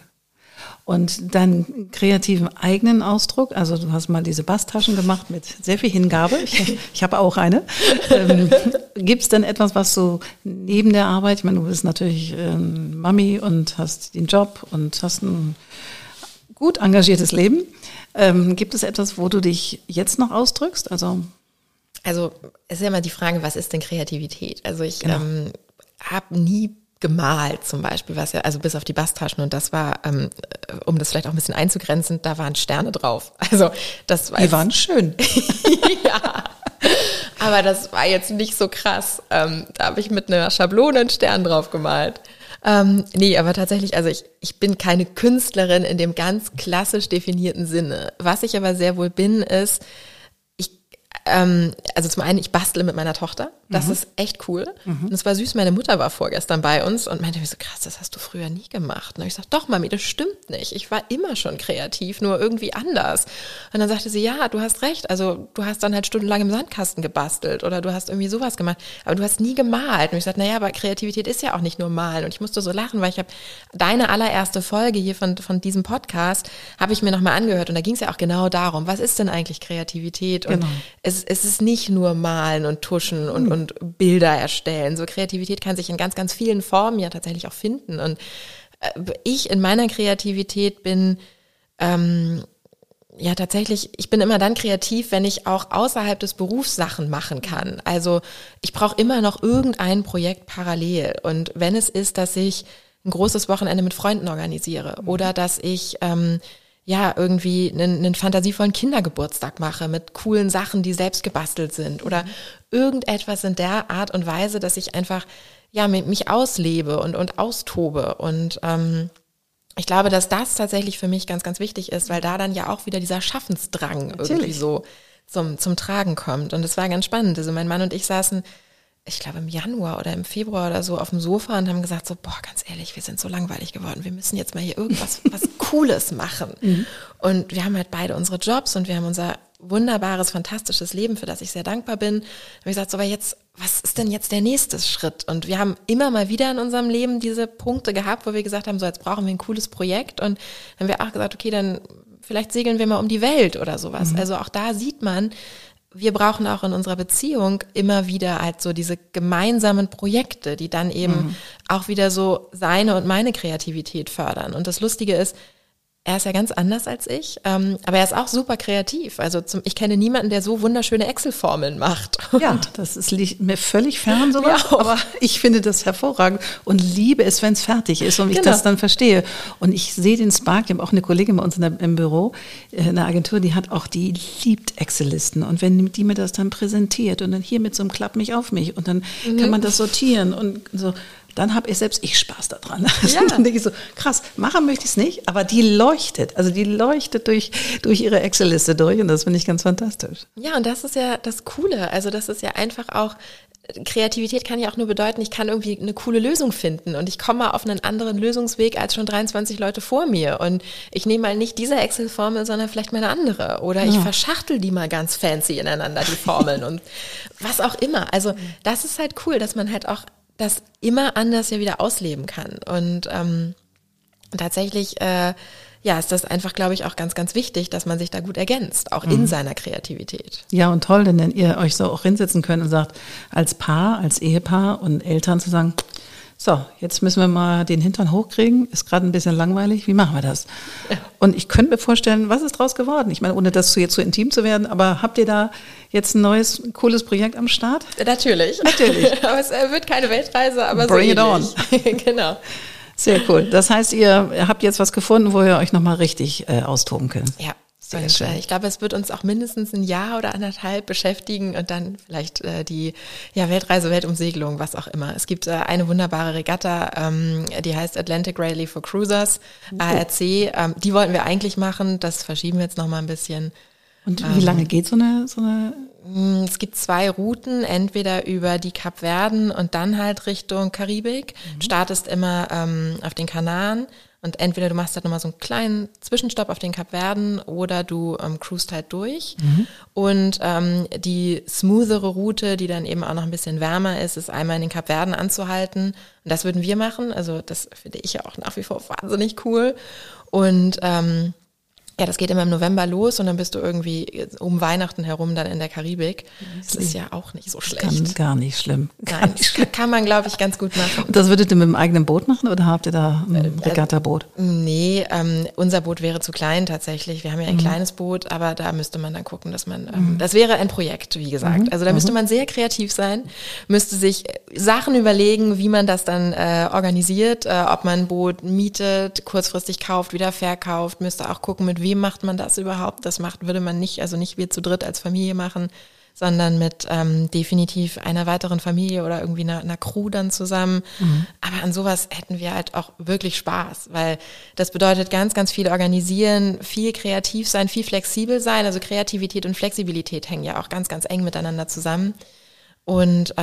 Und deinen kreativen eigenen Ausdruck, also du hast mal diese Basstaschen gemacht mit sehr viel Hingabe, ich habe auch eine. Gibt es denn etwas, was du neben der Arbeit, ich meine, du bist natürlich Mami und hast den Job und hast ein gut engagiertes Leben. Gibt es etwas, wo du dich jetzt noch ausdrückst? Also es ist ja immer die Frage, was ist denn Kreativität? Also ich habe nie gemalt zum Beispiel, was ja, also bis auf die Basttaschen und das war, um das vielleicht auch ein bisschen einzugrenzen, da waren Sterne drauf. Also das war. Die waren schön. Ja, aber das war jetzt nicht so krass. Da habe ich mit einer Schablone einen Stern drauf gemalt. Nee, aber tatsächlich, also ich bin keine Künstlerin in dem ganz klassisch definierten Sinne. Was ich aber sehr wohl bin, ist, also zum einen, ich bastle mit meiner Tochter. Das ist echt cool. Und es war süß, meine Mutter war vorgestern bei uns und meinte mir so, krass, das hast du früher nie gemacht. Und ich sag, doch Mami, das stimmt nicht. Ich war immer schon kreativ, nur irgendwie anders. Und dann sagte sie, ja, du hast recht. Also du hast dann halt stundenlang im Sandkasten gebastelt oder du hast irgendwie sowas gemacht. Aber du hast nie gemalt. Und ich sagte, naja, aber Kreativität ist ja auch nicht nur malen. Und ich musste so lachen, weil ich habe deine allererste Folge hier von diesem Podcast, habe ich mir nochmal angehört. Und da ging es ja auch genau darum, was ist denn eigentlich Kreativität? Und es ist nicht nur malen und tuschen und Bilder erstellen. So Kreativität kann sich in ganz, ganz vielen Formen ja tatsächlich auch finden. Und ich in meiner Kreativität bin tatsächlich, ich bin immer dann kreativ, wenn ich auch außerhalb des Berufs Sachen machen kann. Also ich brauche immer noch irgendein Projekt parallel. Und wenn es ist, dass ich ein großes Wochenende mit Freunden organisiere oder dass ich irgendwie einen fantasievollen Kindergeburtstag mache mit coolen Sachen, die selbst gebastelt sind oder irgendetwas in der Art und Weise, dass ich einfach mich auslebe und austobe und ich glaube, dass das tatsächlich für mich ganz, ganz wichtig ist, weil da dann ja auch wieder dieser Schaffensdrang irgendwie so zum Tragen kommt und es war ganz spannend. Also mein Mann und ich saßen, ich glaube im Januar oder im Februar oder so auf dem Sofa und haben gesagt so, boah, ganz ehrlich, wir sind so langweilig geworden, wir müssen jetzt mal hier was Cooles machen. Und wir haben halt beide unsere Jobs und wir haben unser wunderbares, fantastisches Leben, für das ich sehr dankbar bin. Da habe ich gesagt, so, aber jetzt, was ist denn jetzt der nächste Schritt? Und wir haben immer mal wieder in unserem Leben diese Punkte gehabt, wo wir gesagt haben, so jetzt brauchen wir ein cooles Projekt und dann haben wir auch gesagt, okay, dann vielleicht segeln wir mal um die Welt oder sowas. Also auch da sieht man, wir brauchen auch in unserer Beziehung immer wieder halt so diese gemeinsamen Projekte, die dann eben auch wieder so seine und meine Kreativität fördern. Und das Lustige ist, Er ist ja ganz anders als ich, aber er ist auch super kreativ. Also ich kenne niemanden, der so wunderschöne Excel-Formeln macht. Ja, liegt mir völlig fern sowas, aber ich finde das hervorragend und liebe es, wenn es fertig ist und ich das dann verstehe. Und ich sehe den Spark, ich habe auch eine Kollegin bei uns im Büro, in der Agentur, die liebt Excel-Listen und wenn die mir das dann präsentiert und dann hier mit so einem Klapp mich auf mich und dann kann man das sortieren und so. Dann habe selbst ich Spaß daran. Ja. Dann denke ich so, krass, machen möchte ich es nicht, aber die leuchtet durch ihre Excel-Liste durch und das finde ich ganz fantastisch. Ja, und das ist ja das Coole. Also das ist ja einfach auch, Kreativität kann ja auch nur bedeuten, ich kann irgendwie eine coole Lösung finden und ich komme mal auf einen anderen Lösungsweg als schon 23 Leute vor mir und ich nehme mal nicht diese Excel-Formel, sondern vielleicht mal eine andere oder ich verschachtel die mal ganz fancy ineinander, die Formeln und was auch immer. Also das ist halt cool, dass man halt auch das immer anders ja wieder ausleben kann. Und tatsächlich ist das einfach, glaube ich, auch ganz, ganz wichtig, dass man sich da gut ergänzt, auch in seiner Kreativität. Ja, und toll, wenn ihr euch so auch hinsetzen könnt und sagt, als Paar, als Ehepaar und Eltern zu sagen, so, jetzt müssen wir mal den Hintern hochkriegen, ist gerade ein bisschen langweilig, wie machen wir das? Ja. Und ich könnte mir vorstellen, was ist draus geworden? Ich meine, ohne das jetzt zu intim zu werden, aber habt ihr da jetzt ein neues, cooles Projekt am Start? Natürlich. Aber es wird keine Weltreise, aber Bring so it on. Genau. Sehr cool. Das heißt, ihr habt jetzt was gefunden, wo ihr euch nochmal richtig austoben könnt. Ja. Und ich glaube, es wird uns auch mindestens ein Jahr oder 1,5 beschäftigen und dann vielleicht die Weltreise, Weltumsegelung, was auch immer. Es gibt eine wunderbare Regatta, die heißt Atlantic Rally for Cruisers, ARC. Die wollten wir eigentlich machen, das verschieben wir jetzt noch mal ein bisschen. Und wie lange geht so eine? Es gibt 2 Routen, entweder über die Kapverden und dann halt Richtung Karibik. Du startest immer auf den Kanaren. Und entweder du machst halt nochmal so einen kleinen Zwischenstopp auf den Kapverden oder du cruist halt durch. Und die smoothere Route, die dann eben auch noch ein bisschen wärmer ist einmal in den Kapverden anzuhalten. Und das würden wir machen. Also das finde ich ja auch nach wie vor wahnsinnig cool. Und das geht immer im November los und dann bist du irgendwie um Weihnachten herum dann in der Karibik. Das ist ja auch nicht so schlecht. Gar nicht schlimm. Nein, kann man, glaube ich, ganz gut machen. Und das würdet ihr mit dem eigenen Boot machen oder habt ihr da ein Regattaboot? Nee, unser Boot wäre zu klein tatsächlich. Wir haben ja ein kleines Boot, aber da müsste man dann gucken, dass man, das wäre ein Projekt, wie gesagt. Also da müsste man sehr kreativ sein, müsste sich Sachen überlegen, wie man das dann organisiert, ob man ein Boot mietet, kurzfristig kauft, wieder verkauft, müsste auch gucken, mit wem macht man das überhaupt? Würde man nicht, also nicht wir zu dritt als Familie machen, sondern mit definitiv einer weiteren Familie oder irgendwie einer Crew dann zusammen. Aber an sowas hätten wir halt auch wirklich Spaß, weil das bedeutet ganz, ganz viel organisieren, viel kreativ sein, viel flexibel sein. Also Kreativität und Flexibilität hängen ja auch ganz, ganz eng miteinander zusammen. Und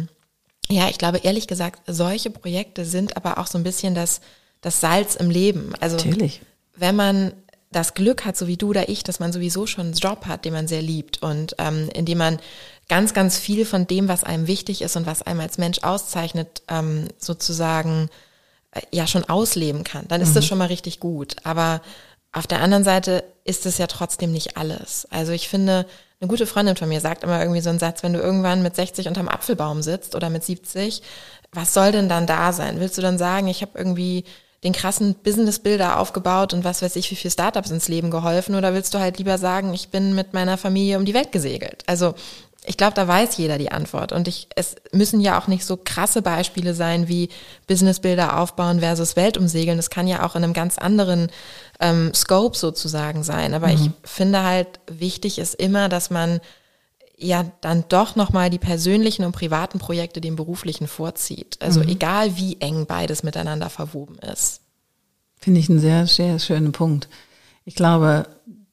ich glaube, ehrlich gesagt, solche Projekte sind aber auch so ein bisschen das Salz im Leben. Also natürlich. Wenn man das Glück hat, so wie du oder ich, dass man sowieso schon einen Job hat, den man sehr liebt und in dem man ganz, ganz viel von dem, was einem wichtig ist und was einem als Mensch auszeichnet, sozusagen schon ausleben kann, dann ist das schon mal richtig gut. Aber auf der anderen Seite ist es ja trotzdem nicht alles. Also ich finde, eine gute Freundin von mir sagt immer irgendwie so einen Satz, wenn du irgendwann mit 60 unterm Apfelbaum sitzt oder mit 70, was soll denn dann da sein? Willst du dann sagen, ich habe irgendwie den krassen Business-Builder aufgebaut und was weiß ich, wie viele Startups ins Leben geholfen? Oder willst du halt lieber sagen, ich bin mit meiner Familie um die Welt gesegelt? Also ich glaube, da weiß jeder die Antwort. Und es müssen ja auch nicht so krasse Beispiele sein wie Business-Builder aufbauen versus Weltumsegeln. Das kann ja auch in einem ganz anderen Scope sozusagen sein. Aber ich finde halt, wichtig ist immer, dass man ja dann doch nochmal die persönlichen und privaten Projekte dem beruflichen vorzieht. Also egal wie eng beides miteinander verwoben ist. Finde ich einen sehr, sehr schönen Punkt. Ich glaube,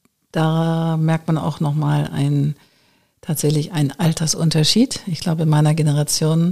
da merkt man auch nochmal tatsächlich einen Altersunterschied. Ich glaube, in meiner Generation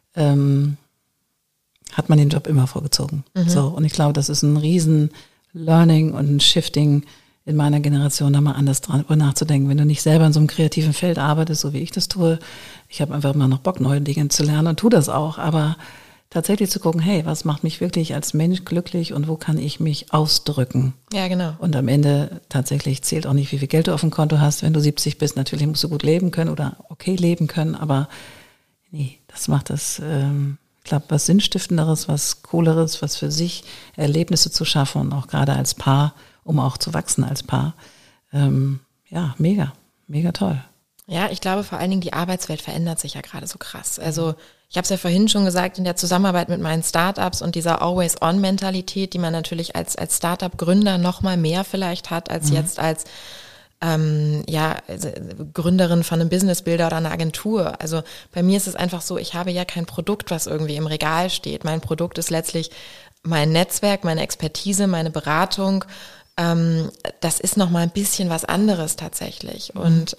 hat man den Job immer vorgezogen. So, und ich glaube, das ist ein riesen Learning und ein Shifting in meiner Generation, da mal anders drüber nachzudenken. Wenn du nicht selber in so einem kreativen Feld arbeitest, so wie ich das tue, ich habe einfach immer noch Bock, neue Dinge zu lernen und tue das auch, aber tatsächlich zu gucken, hey, was macht mich wirklich als Mensch glücklich und wo kann ich mich ausdrücken? Ja, genau. Und am Ende tatsächlich zählt auch nicht, wie viel Geld du auf dem Konto hast. Wenn du 70 bist, natürlich musst du gut leben können oder okay leben können, aber nee, das macht das, ich glaube, was Sinnstiftenderes, was Cooleres, was für sich Erlebnisse zu schaffen und auch gerade als Paar um auch zu wachsen als Paar. Mega toll. Ja, ich glaube vor allen Dingen, die Arbeitswelt verändert sich ja gerade so krass. Also ich habe es ja vorhin schon gesagt, in der Zusammenarbeit mit meinen Startups und dieser Always-on-Mentalität, die man natürlich als Startup-Gründer noch mal mehr vielleicht hat, als jetzt als Gründerin von einem Business-Builder oder einer Agentur. Also bei mir ist es einfach so, ich habe ja kein Produkt, was irgendwie im Regal steht. Mein Produkt ist letztlich mein Netzwerk, meine Expertise, meine Beratung. Das ist noch mal ein bisschen was anderes tatsächlich. Und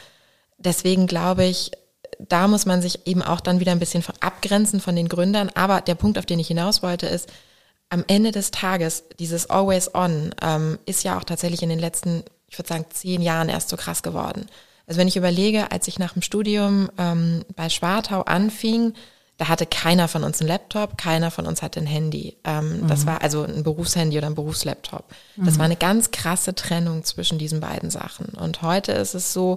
deswegen glaube ich, da muss man sich eben auch dann wieder ein bisschen abgrenzen von den Gründern. Aber der Punkt, auf den ich hinaus wollte, ist, am Ende des Tages, dieses Always On ist ja auch tatsächlich in den letzten, ich würde sagen, 10 Jahren erst so krass geworden. Also wenn ich überlege, als ich nach dem Studium bei Schwartau anfing, da hatte keiner von uns einen Laptop, keiner von uns hatte ein Handy. Das war also ein Berufshandy oder ein Berufslaptop. Das war eine ganz krasse Trennung zwischen diesen beiden Sachen. Und heute ist es so,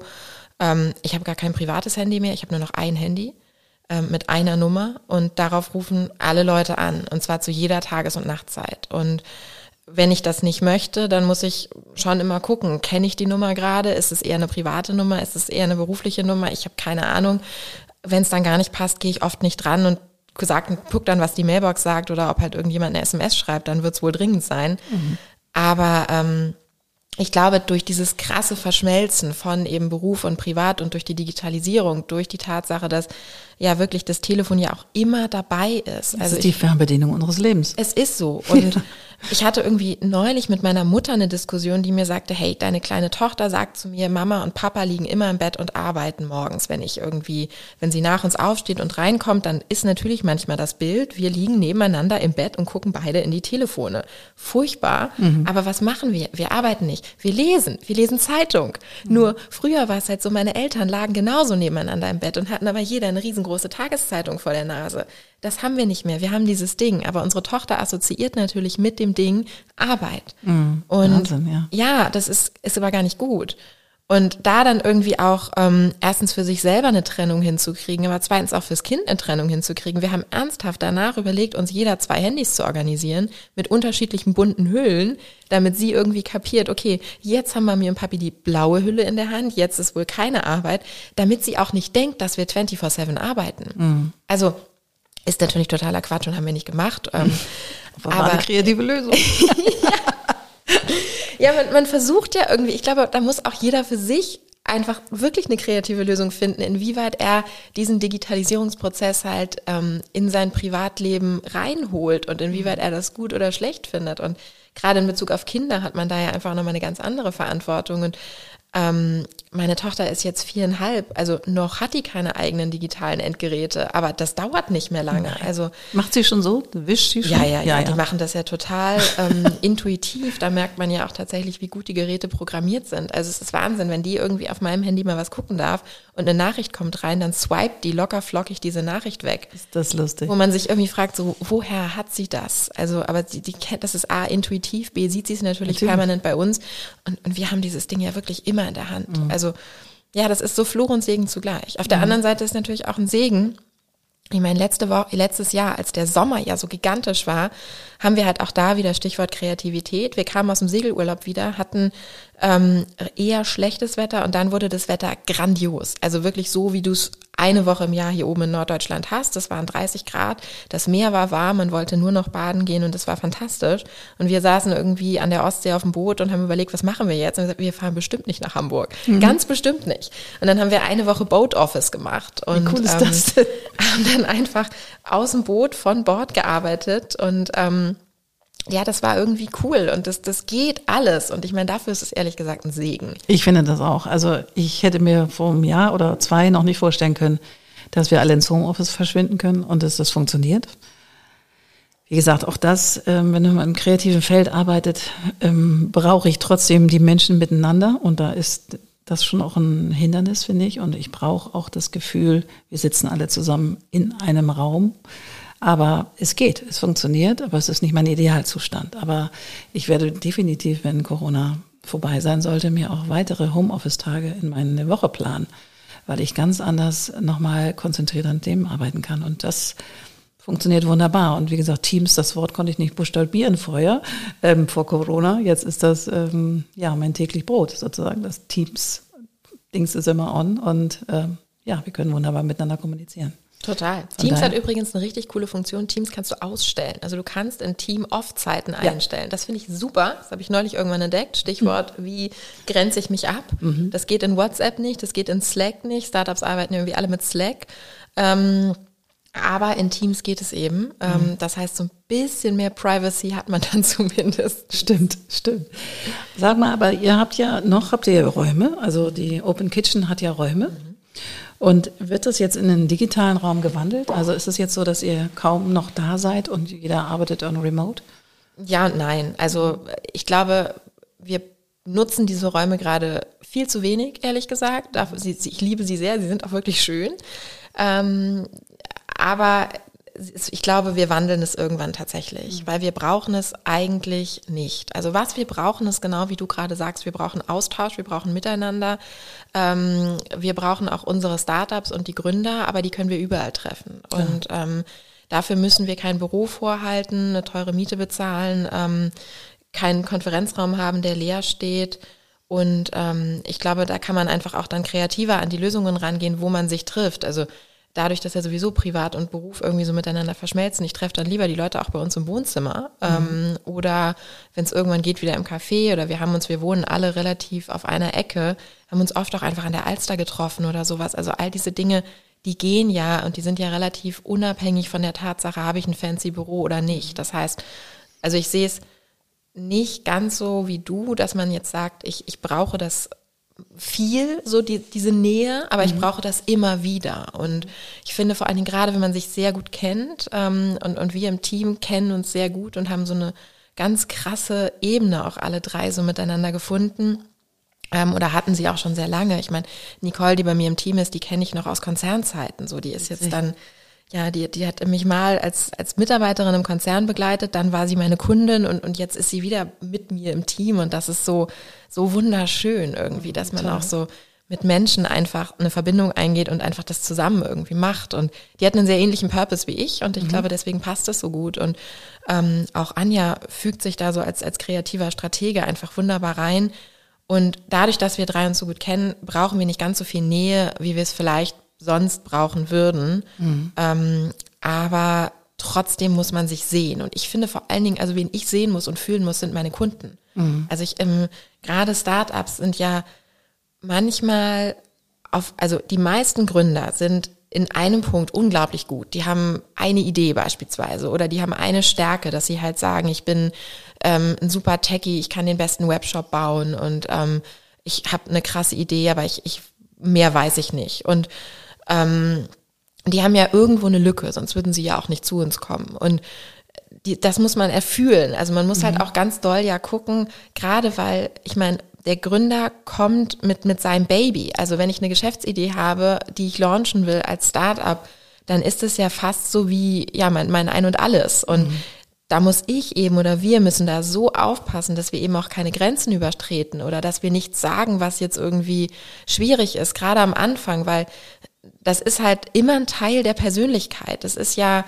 ich habe gar kein privates Handy mehr, ich habe nur noch ein Handy mit einer Nummer und darauf rufen alle Leute an und zwar zu jeder Tages- und Nachtzeit. Und wenn ich das nicht möchte, dann muss ich schon immer gucken, kenne ich die Nummer gerade, ist es eher eine private Nummer, ist es eher eine berufliche Nummer, ich habe keine Ahnung. Wenn es dann gar nicht passt, gehe ich oft nicht dran und guck dann, was die Mailbox sagt oder ob halt irgendjemand eine SMS schreibt, dann wird es wohl dringend sein. Aber ich glaube, durch dieses krasse Verschmelzen von eben Beruf und Privat und durch die Digitalisierung, durch die Tatsache, dass ja wirklich das Telefon ja auch immer dabei ist. Das ist die Fernbedienung unseres Lebens. Es ist so. Und ich hatte irgendwie neulich mit meiner Mutter eine Diskussion, die mir sagte, hey, deine kleine Tochter sagt zu mir, Mama und Papa liegen immer im Bett und arbeiten morgens. Wenn sie nach uns aufsteht und reinkommt, dann ist natürlich manchmal das Bild, wir liegen nebeneinander im Bett und gucken beide in die Telefone. Furchtbar. Aber was machen wir? Wir arbeiten nicht. Wir lesen Zeitung. Nur früher war es halt so, meine Eltern lagen genauso nebeneinander im Bett und hatten aber jeder eine riesengroße Tageszeitung vor der Nase. Das haben wir nicht mehr. Wir haben dieses Ding. Aber unsere Tochter assoziiert natürlich mit dem Ding Arbeit. Und Wahnsinn, ja, das ist aber gar nicht gut. Und da dann irgendwie auch erstens für sich selber eine Trennung hinzukriegen, aber zweitens auch fürs Kind eine Trennung hinzukriegen. Wir haben ernsthaft danach überlegt, uns jeder 2 Handys zu organisieren mit unterschiedlichen bunten Hüllen, damit sie irgendwie kapiert, okay, jetzt haben Mami und Papi die blaue Hülle in der Hand, jetzt ist wohl keine Arbeit, damit sie auch nicht denkt, dass wir 24/7 arbeiten. Also ist natürlich totaler Quatsch und haben wir nicht gemacht. Aber war eine kreative Lösung. Ja, man versucht ja irgendwie, ich glaube, da muss auch jeder für sich einfach wirklich eine kreative Lösung finden, inwieweit er diesen Digitalisierungsprozess halt in sein Privatleben reinholt und inwieweit er das gut oder schlecht findet. Und gerade in Bezug auf Kinder hat man da ja einfach nochmal eine ganz andere Verantwortung. Und meine Tochter ist jetzt 4,5, also noch hat die keine eigenen digitalen Endgeräte, aber das dauert nicht mehr lange. Also macht sie schon so? Wischt sie schon? Ja, die machen das ja total intuitiv. Da merkt man ja auch tatsächlich, wie gut die Geräte programmiert sind. Also es ist Wahnsinn, wenn die irgendwie auf meinem Handy mal was gucken darf und eine Nachricht kommt rein, dann swiped die locker flockig diese Nachricht weg. Ist das lustig. Wo man sich irgendwie fragt, so, woher hat sie das? Also, aber die kennt, das ist A, intuitiv, B, sieht sie es natürlich permanent bei uns und wir haben dieses Ding ja wirklich immer in der Hand. Also, ja, das ist so Fluch und Segen zugleich. Auf der anderen Seite ist natürlich auch ein Segen. Ich meine, letztes Jahr, als der Sommer ja so gigantisch war, haben wir halt auch da wieder Stichwort Kreativität. Wir kamen aus dem Segelurlaub wieder, hatten eher schlechtes Wetter und dann wurde das Wetter grandios. Also wirklich so, wie du es eine Woche im Jahr hier oben in Norddeutschland hast. Das waren 30 Grad, das Meer war warm, man wollte nur noch baden gehen und das war fantastisch. Und wir saßen irgendwie an der Ostsee auf dem Boot und haben überlegt, was machen wir jetzt? Und wir fahren bestimmt nicht nach Hamburg. Ganz bestimmt nicht. Und dann haben wir eine Woche Boat Office gemacht. Und, wie cool ist das denn? haben dann einfach aus dem Boot von Bord gearbeitet und ja, das war irgendwie cool und das geht alles. Und ich meine, dafür ist es ehrlich gesagt ein Segen. Ich finde das auch. Also ich hätte mir vor einem Jahr oder 2 noch nicht vorstellen können, dass wir alle ins Homeoffice verschwinden können und dass das funktioniert. Wie gesagt, auch das, wenn man im kreativen Feld arbeitet, brauche ich trotzdem die Menschen miteinander. Und da ist das schon auch ein Hindernis, finde ich. Und ich brauche auch das Gefühl, wir sitzen alle zusammen in einem Raum. Aber es geht, es funktioniert, aber es ist nicht mein Idealzustand. Aber ich werde definitiv, wenn Corona vorbei sein sollte, mir auch weitere Homeoffice-Tage in meine Woche planen, weil ich ganz anders nochmal konzentriert an Themen arbeiten kann. Und das funktioniert wunderbar. Und wie gesagt, Teams, das Wort konnte ich nicht buchstabieren vorher, vor Corona. Jetzt ist das mein täglich Brot sozusagen. Das Teams-Dings ist immer on und wir können wunderbar miteinander kommunizieren. Total. Teams hat übrigens eine richtig coole Funktion. Teams kannst du ausstellen. Also du kannst in Team Off-Zeiten einstellen. Das finde ich super. Das habe ich neulich irgendwann entdeckt. Stichwort, wie grenze ich mich ab? Das geht in WhatsApp nicht, das geht in Slack nicht. Startups arbeiten irgendwie alle mit Slack. Aber in Teams geht es eben. Das heißt, so ein bisschen mehr Privacy hat man dann zumindest. Stimmt. Sag mal, aber habt ihr Räume? Also die Open Kitchen hat ja Räume. Und wird das jetzt in den digitalen Raum gewandelt? Also ist es jetzt so, dass ihr kaum noch da seid und jeder arbeitet on remote? Ja und nein. Also ich glaube, wir nutzen diese Räume gerade viel zu wenig, ehrlich gesagt. Ich liebe sie sehr, sie sind auch wirklich schön. Aber ich glaube, wir wandeln es irgendwann tatsächlich, weil wir brauchen es eigentlich nicht. Also was wir brauchen, ist genau wie du gerade sagst, wir brauchen Austausch, wir brauchen Miteinander, wir brauchen auch unsere Startups und die Gründer, aber die können wir überall treffen. Ja. Und dafür müssen wir kein Büro vorhalten, eine teure Miete bezahlen, keinen Konferenzraum haben, der leer steht. Und ich glaube, da kann man einfach auch dann kreativer an die Lösungen rangehen, wo man sich trifft. Also dadurch, dass ja sowieso Privat und Beruf irgendwie so miteinander verschmelzen, ich treffe dann lieber die Leute auch bei uns im Wohnzimmer oder wenn es irgendwann geht, wieder im Café oder wir wohnen alle relativ auf einer Ecke, haben uns oft auch einfach an der Alster getroffen oder sowas. Also all diese Dinge, die gehen ja und die sind ja relativ unabhängig von der Tatsache, habe ich ein fancy Büro oder nicht. Das heißt, also ich sehe es nicht ganz so wie du, dass man jetzt sagt, ich brauche das viel, so diese Nähe, aber ich brauche das immer wieder. Und ich finde vor allen Dingen gerade, wenn man sich sehr gut kennt und wir im Team kennen uns sehr gut und haben so eine ganz krasse Ebene auch alle drei so miteinander gefunden oder hatten sie auch schon sehr lange. Ich meine, Nicole, die bei mir im Team ist, die kenne ich noch aus Konzernzeiten. So, die ist jetzt dann die hat mich mal als Mitarbeiterin im Konzern begleitet, dann war sie meine Kundin und jetzt ist sie wieder mit mir im Team und das ist so wunderschön irgendwie, dass man auch so mit Menschen einfach eine Verbindung eingeht und einfach das zusammen irgendwie macht und die hat einen sehr ähnlichen Purpose wie ich und ich glaube, deswegen passt das so gut und auch Anja fügt sich da so als kreativer Stratege einfach wunderbar rein und dadurch, dass wir drei uns so gut kennen, brauchen wir nicht ganz so viel Nähe, wie wir es vielleicht sonst brauchen würden. Aber trotzdem muss man sich sehen. Und ich finde vor allen Dingen, also wen ich sehen muss und fühlen muss, sind meine Kunden. Also gerade Startups sind ja manchmal also die meisten Gründer sind in einem Punkt unglaublich gut. Die haben eine Idee beispielsweise oder die haben eine Stärke, dass sie halt sagen, ich bin ein super Techie, ich kann den besten Webshop bauen und ich habe eine krasse Idee, aber ich mehr weiß ich nicht. Und die haben ja irgendwo eine Lücke, sonst würden sie ja auch nicht zu uns kommen. Und das muss man erfühlen. Also man muss halt auch ganz doll ja gucken, gerade weil, ich meine, der Gründer kommt mit seinem Baby. Also wenn ich eine Geschäftsidee habe, die ich launchen will als Startup, dann ist es ja fast so wie mein Ein und Alles. Und da muss ich eben oder wir müssen da so aufpassen, dass wir eben auch keine Grenzen übertreten oder dass wir nichts sagen, was jetzt irgendwie schwierig ist, gerade am Anfang, weil das ist halt immer ein Teil der Persönlichkeit. Das ist ja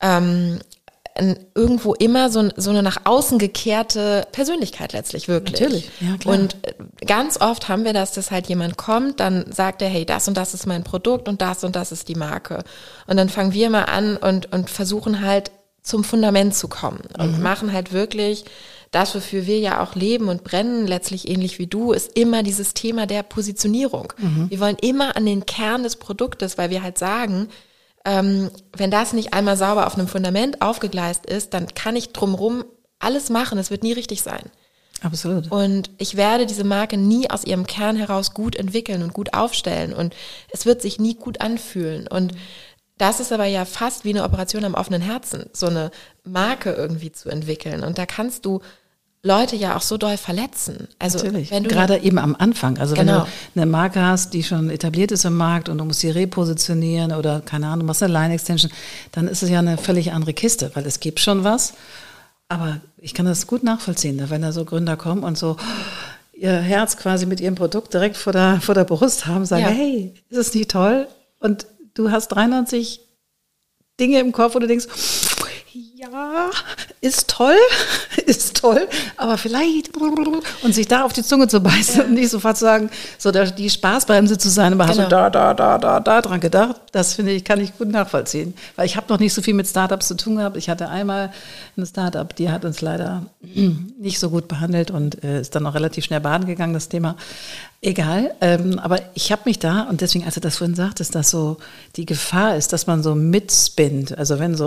irgendwo immer so eine nach außen gekehrte Persönlichkeit letztlich wirklich. Natürlich, ja klar. Und ganz oft haben wir das, dass halt jemand kommt, dann sagt er, hey, das und das ist mein Produkt und das ist die Marke. Und dann fangen wir mal an und versuchen halt zum Fundament zu kommen und machen halt wirklich das, wofür wir ja auch leben und brennen, letztlich ähnlich wie du, ist immer dieses Thema der Positionierung. Wir wollen immer an den Kern des Produktes, weil wir halt sagen, wenn das nicht einmal sauber auf einem Fundament aufgegleist ist, dann kann ich drumherum alles machen, es wird nie richtig sein. Absolut. Und ich werde diese Marke nie aus ihrem Kern heraus gut entwickeln und gut aufstellen und es wird sich nie gut anfühlen und das ist aber ja fast wie eine Operation am offenen Herzen, so eine Marke irgendwie zu entwickeln. Und da kannst du Leute ja auch so doll verletzen. Also natürlich, wenn du gerade eben am Anfang. Also genau. Wenn du eine Marke hast, die schon etabliert ist im Markt und du musst sie repositionieren oder keine Ahnung, du machst eine Line-Extension, dann ist es ja eine völlig andere Kiste, weil es gibt schon was. Aber ich kann das gut nachvollziehen, wenn da so Gründer kommen und so ihr Herz quasi mit ihrem Produkt direkt vor der Brust haben, sagen, hey, ist es nicht toll? Und du hast 93 Dinge im Kopf, wo du denkst, ja, ist toll, aber vielleicht, und sich da auf die Zunge zu beißen und nicht sofort zu sagen, so die Spaßbremse zu sein, aber hast du da dran gedacht, das finde ich, kann ich gut nachvollziehen. Weil ich habe noch nicht so viel mit Startups zu tun gehabt. Ich hatte einmal eine Startup, die hat uns leider nicht so gut behandelt und ist dann auch relativ schnell baden gegangen, das Thema. Egal, aber ich habe mich da, und deswegen, als du das vorhin sagtest, dass so die Gefahr ist, dass man so mitspinnt, also wenn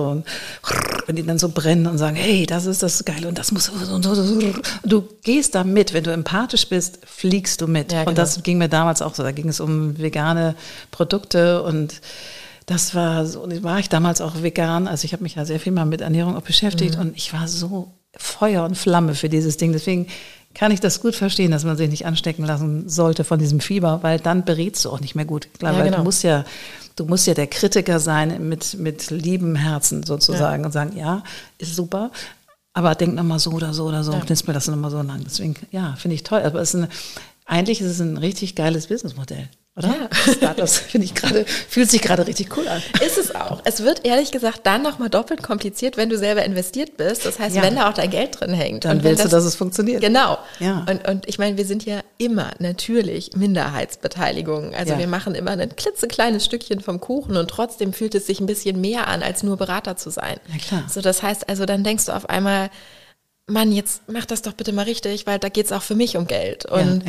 die dann so brennen und sagen, hey, das ist geil und das muss so. Du gehst da mit, wenn du empathisch bist, fliegst du mit. Ja, genau. Und das ging mir damals auch so, da ging es um vegane Produkte und das war ich damals auch vegan, also ich habe mich ja sehr viel mal mit Ernährung auch beschäftigt und ich war so Feuer und Flamme für dieses Ding, deswegen kann ich das gut verstehen, dass man sich nicht anstecken lassen sollte von diesem Fieber, weil dann berätst du auch nicht mehr gut. Klar, weil du musst ja der Kritiker sein mit liebem Herzen sozusagen und sagen, ja, ist super, aber denk nochmal so oder so und knispel das nochmal so lang. Deswegen, ja, finde ich toll. Aber eigentlich ist es ein richtig geiles Businessmodell. Oder? Ja. Startups fühlt sich gerade richtig cool an. Ist es auch. Es wird ehrlich gesagt dann nochmal doppelt kompliziert, wenn du selber investiert bist. Das heißt, wenn da auch dein Geld drin hängt. Dann willst du, dass es funktioniert. Genau. Ja. Und ich meine, wir sind ja immer natürlich Minderheitsbeteiligung. Also wir machen immer ein klitzekleines Stückchen vom Kuchen und trotzdem fühlt es sich ein bisschen mehr an, als nur Berater zu sein. Ja, klar. So, das heißt, also dann denkst du auf einmal, Mann, jetzt mach das doch bitte mal richtig, weil da geht's auch für mich um Geld. Und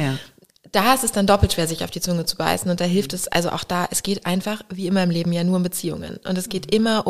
da ist es dann doppelt schwer, sich auf die Zunge zu beißen und da hilft es, also auch da, es geht einfach, wie immer im Leben, ja nur um Beziehungen und es geht immer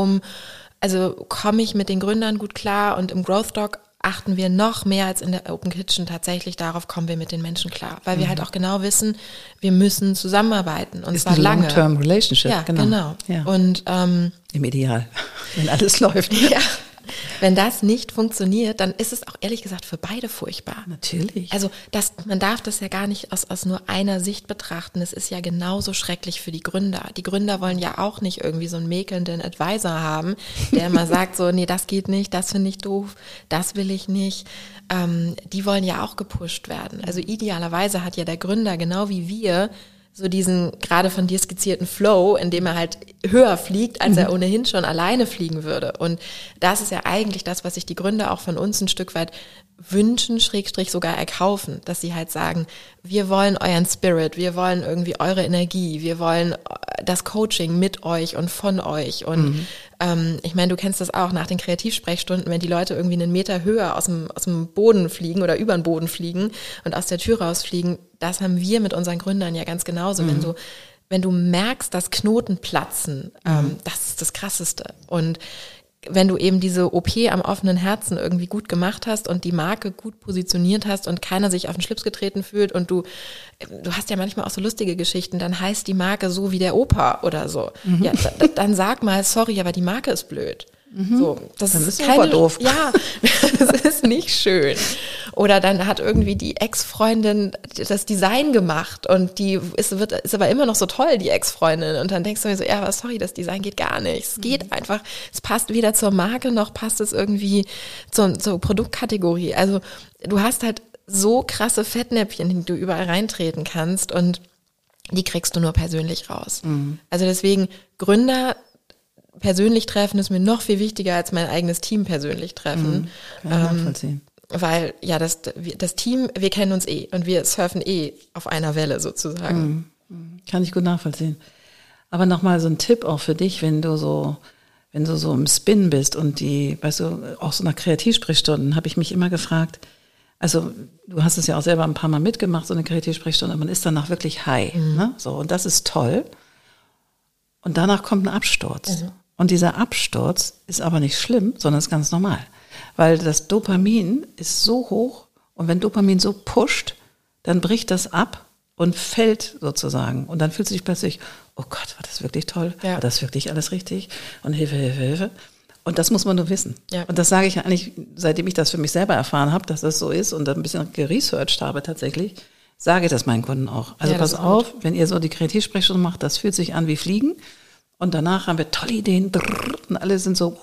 also komme ich mit den Gründern gut klar und im Growth Doc achten wir noch mehr als in der Open Kitchen tatsächlich darauf, kommen wir mit den Menschen klar, weil wir halt auch genau wissen, wir müssen zusammenarbeiten und zwar lange. Long-Term Relationship, ja, genau. Ja. Und im Ideal, wenn alles läuft. Ja. Wenn das nicht funktioniert, dann ist es auch ehrlich gesagt für beide furchtbar. Natürlich. Also man darf das ja gar nicht aus nur einer Sicht betrachten. Es ist ja genauso schrecklich für die Gründer. Die Gründer wollen ja auch nicht irgendwie so einen mäkelnden Advisor haben, der immer sagt so, nee, das geht nicht, das finde ich doof, das will ich nicht. Die wollen ja auch gepusht werden. Also idealerweise hat ja der Gründer, genau wie wir, so diesen gerade von dir skizzierten Flow, in dem er halt höher fliegt, als er ohnehin schon alleine fliegen würde. Und das ist ja eigentlich das, was sich die Gründer auch von uns ein Stück weit wünschen, / sogar erkaufen, dass sie halt sagen, wir wollen euren Spirit, wir wollen irgendwie eure Energie, wir wollen das Coaching mit euch und von euch. Und ich meine, du kennst das auch nach den Kreativsprechstunden, wenn die Leute irgendwie einen Meter höher aus dem Boden fliegen oder über den Boden fliegen und aus der Tür rausfliegen, das haben wir mit unseren Gründern ja ganz genauso. Wenn du merkst, dass Knoten platzen, das ist das Krasseste. Und wenn du eben diese OP am offenen Herzen irgendwie gut gemacht hast und die Marke gut positioniert hast und keiner sich auf den Schlips getreten fühlt und du hast ja manchmal auch so lustige Geschichten, dann heißt die Marke so wie der Opa oder so. Ja, dann sag mal, sorry, aber die Marke ist blöd. So, das dann ist super doof. Ja, das ist nicht schön. Oder dann hat irgendwie die Ex-Freundin das Design gemacht und die ist aber immer noch so toll, die Ex-Freundin. Und dann denkst du mir so, ja, aber sorry, das Design geht gar nicht. Es geht einfach, es passt weder zur Marke noch passt es irgendwie zur Produktkategorie. Also du hast halt so krasse Fettnäpfchen, in die du überall reintreten kannst und die kriegst du nur persönlich raus. Also deswegen Gründer persönlich treffen ist mir noch viel wichtiger als mein eigenes Team persönlich treffen. Kann ich nachvollziehen. Weil ja das Team, wir kennen uns und wir surfen auf einer Welle sozusagen. Kann ich gut nachvollziehen. Aber nochmal so ein Tipp auch für dich, wenn du so im Spin bist und weißt du, auch so nach Kreativsprechstunden habe ich mich immer gefragt, also du hast es ja auch selber ein paar Mal mitgemacht, so eine Kreativsprechstunde, man ist danach wirklich high. Ne? So, und das ist toll. Und danach kommt ein Absturz. Und dieser Absturz ist aber nicht schlimm, sondern ist ganz normal. Weil das Dopamin ist so hoch und wenn Dopamin so pusht, dann bricht das ab und fällt sozusagen. Und dann fühlst du dich plötzlich, oh Gott, war das wirklich toll? Ja. War das wirklich alles richtig? Und Hilfe. Und das muss man nur wissen. Ja. Und das sage ich eigentlich, seitdem ich das für mich selber erfahren habe, dass das so ist und ein bisschen geresearched habe tatsächlich, sage ich das meinen Kunden auch. Also pass auf, wenn ihr so die Kreativsprechstunde macht, das fühlt sich an wie Fliegen. Und danach haben wir tolle Ideen und alle sind so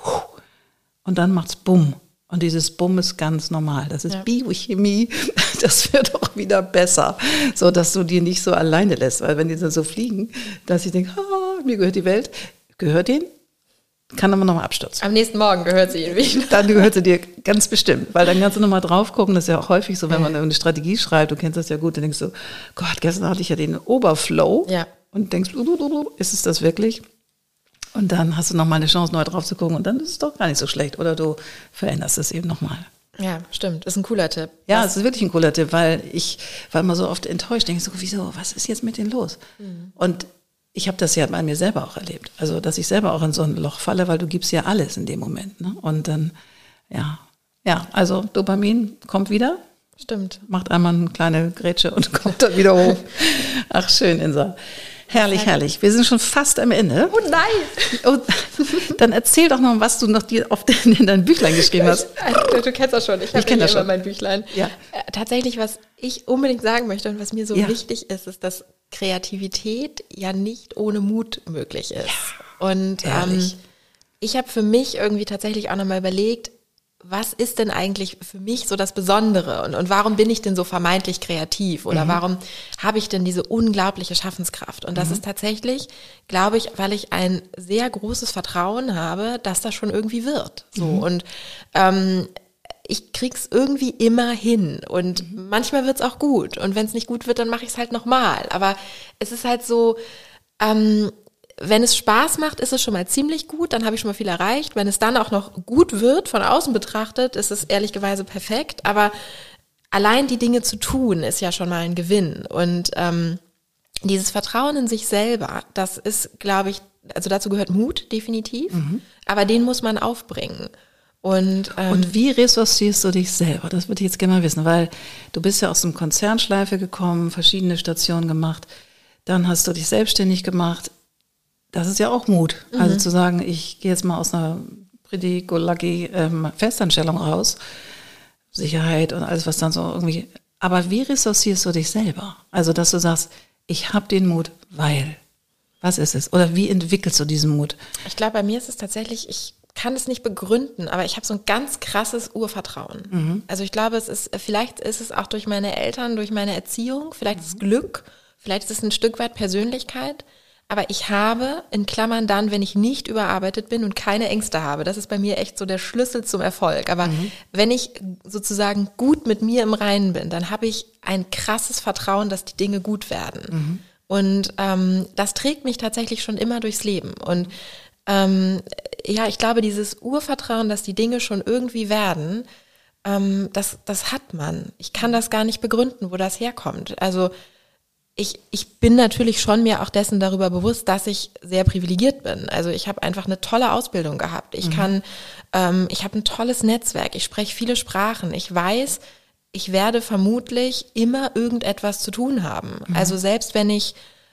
und dann macht's Bumm. Und dieses Bumm ist ganz normal. Das ist Biochemie. Das wird auch wieder besser, so dass du dir nicht so alleine lässt. Weil wenn die dann so fliegen, dass ich denke, mir gehört die Welt, gehört denen? kann aber nochmal abstürzen. Am nächsten Morgen gehört sie Ihnen. Dann gehört sie dir ganz bestimmt, weil dann kannst du nochmal drauf gucken. Das ist ja auch häufig so, wenn man eine Strategie schreibt, du kennst das ja gut, dann denkst du, Gott, gestern hatte ich ja den Oberflow und denkst, ist es das wirklich? Und dann hast du nochmal eine Chance, neu drauf zu gucken und dann ist es doch gar nicht so schlecht. Oder du veränderst es eben nochmal. Ja, stimmt. Das ist ein cooler Tipp. Ja, es ist wirklich ein cooler Tipp, weil ich war immer so oft enttäuscht. Denke so, wieso, was ist jetzt mit denen los? Und ich habe das ja bei mir selber auch erlebt. Also, dass ich selber auch in so ein Loch falle, weil du gibst ja alles in dem Moment. Ne? Und dann, also Dopamin kommt wieder. Stimmt. Macht einmal eine kleine Grätsche und kommt dann wieder hoch. Ach, schön, Insa. Herrlich, herrlich. Wir sind schon fast am Ende. Oh nein! Und dann erzähl doch noch, was du noch dir in dein Büchlein geschrieben hast. Du kennst das schon. Ich habe ja immer mein Büchlein. Ja. Tatsächlich, was ich unbedingt sagen möchte und was mir so wichtig ist, ist, dass Kreativität ja nicht ohne Mut möglich ist. Ja. Und ich habe für mich irgendwie tatsächlich auch nochmal überlegt, was ist denn eigentlich für mich so das Besondere und warum bin ich denn so vermeintlich kreativ oder warum habe ich denn diese unglaubliche Schaffenskraft? Und das ist tatsächlich, glaube ich, weil ich ein sehr großes Vertrauen habe, dass das schon irgendwie wird. So und ich krieg's irgendwie immer hin und manchmal wird's auch gut und wenn es nicht gut wird, dann mache ich es halt nochmal. Aber es ist halt so, wenn es Spaß macht, ist es schon mal ziemlich gut, dann habe ich schon mal viel erreicht. Wenn es dann auch noch gut wird, von außen betrachtet, ist es ehrlicherweise perfekt. Aber allein die Dinge zu tun, ist ja schon mal ein Gewinn. Und dieses Vertrauen in sich selber, das ist, glaube ich, also dazu gehört Mut, definitiv. Aber den muss man aufbringen. Und wie ressourcierst du dich selber? Das würde ich jetzt gerne mal wissen, weil du bist ja aus einem Konzernschleife gekommen, verschiedene Stationen gemacht. Dann hast du dich selbstständig gemacht. Das ist ja auch Mut. Also zu sagen, ich gehe jetzt mal aus einer pretty go lucky Festanstellung raus. Sicherheit und alles, was dann so irgendwie. Aber wie ressourcierst du dich selber? Also, dass du sagst, ich habe den Mut, weil. Was ist es? Oder wie entwickelst du diesen Mut? Ich glaube, bei mir ist es tatsächlich, ich kann es nicht begründen, aber ich habe so ein ganz krasses Urvertrauen. Also ich glaube, vielleicht ist es auch durch meine Eltern, durch meine Erziehung, vielleicht ist es Glück, vielleicht ist es ein Stück weit Persönlichkeit. Aber ich habe, in Klammern dann, wenn ich nicht überarbeitet bin und keine Ängste habe, das ist bei mir echt so der Schlüssel zum Erfolg. Aber wenn ich sozusagen gut mit mir im Reinen bin, dann habe ich ein krasses Vertrauen, dass die Dinge gut werden. Und das trägt mich tatsächlich schon immer durchs Leben. Und ich glaube, dieses Urvertrauen, dass die Dinge schon irgendwie werden, das hat man. Ich kann das gar nicht begründen, wo das herkommt. Also ich bin natürlich schon mir auch dessen darüber bewusst, dass ich sehr privilegiert bin. Also ich habe einfach eine tolle Ausbildung gehabt. Ich habe ein tolles Netzwerk. Ich spreche viele Sprachen. Ich weiß, ich werde vermutlich immer irgendetwas zu tun haben. Also selbst wenn ich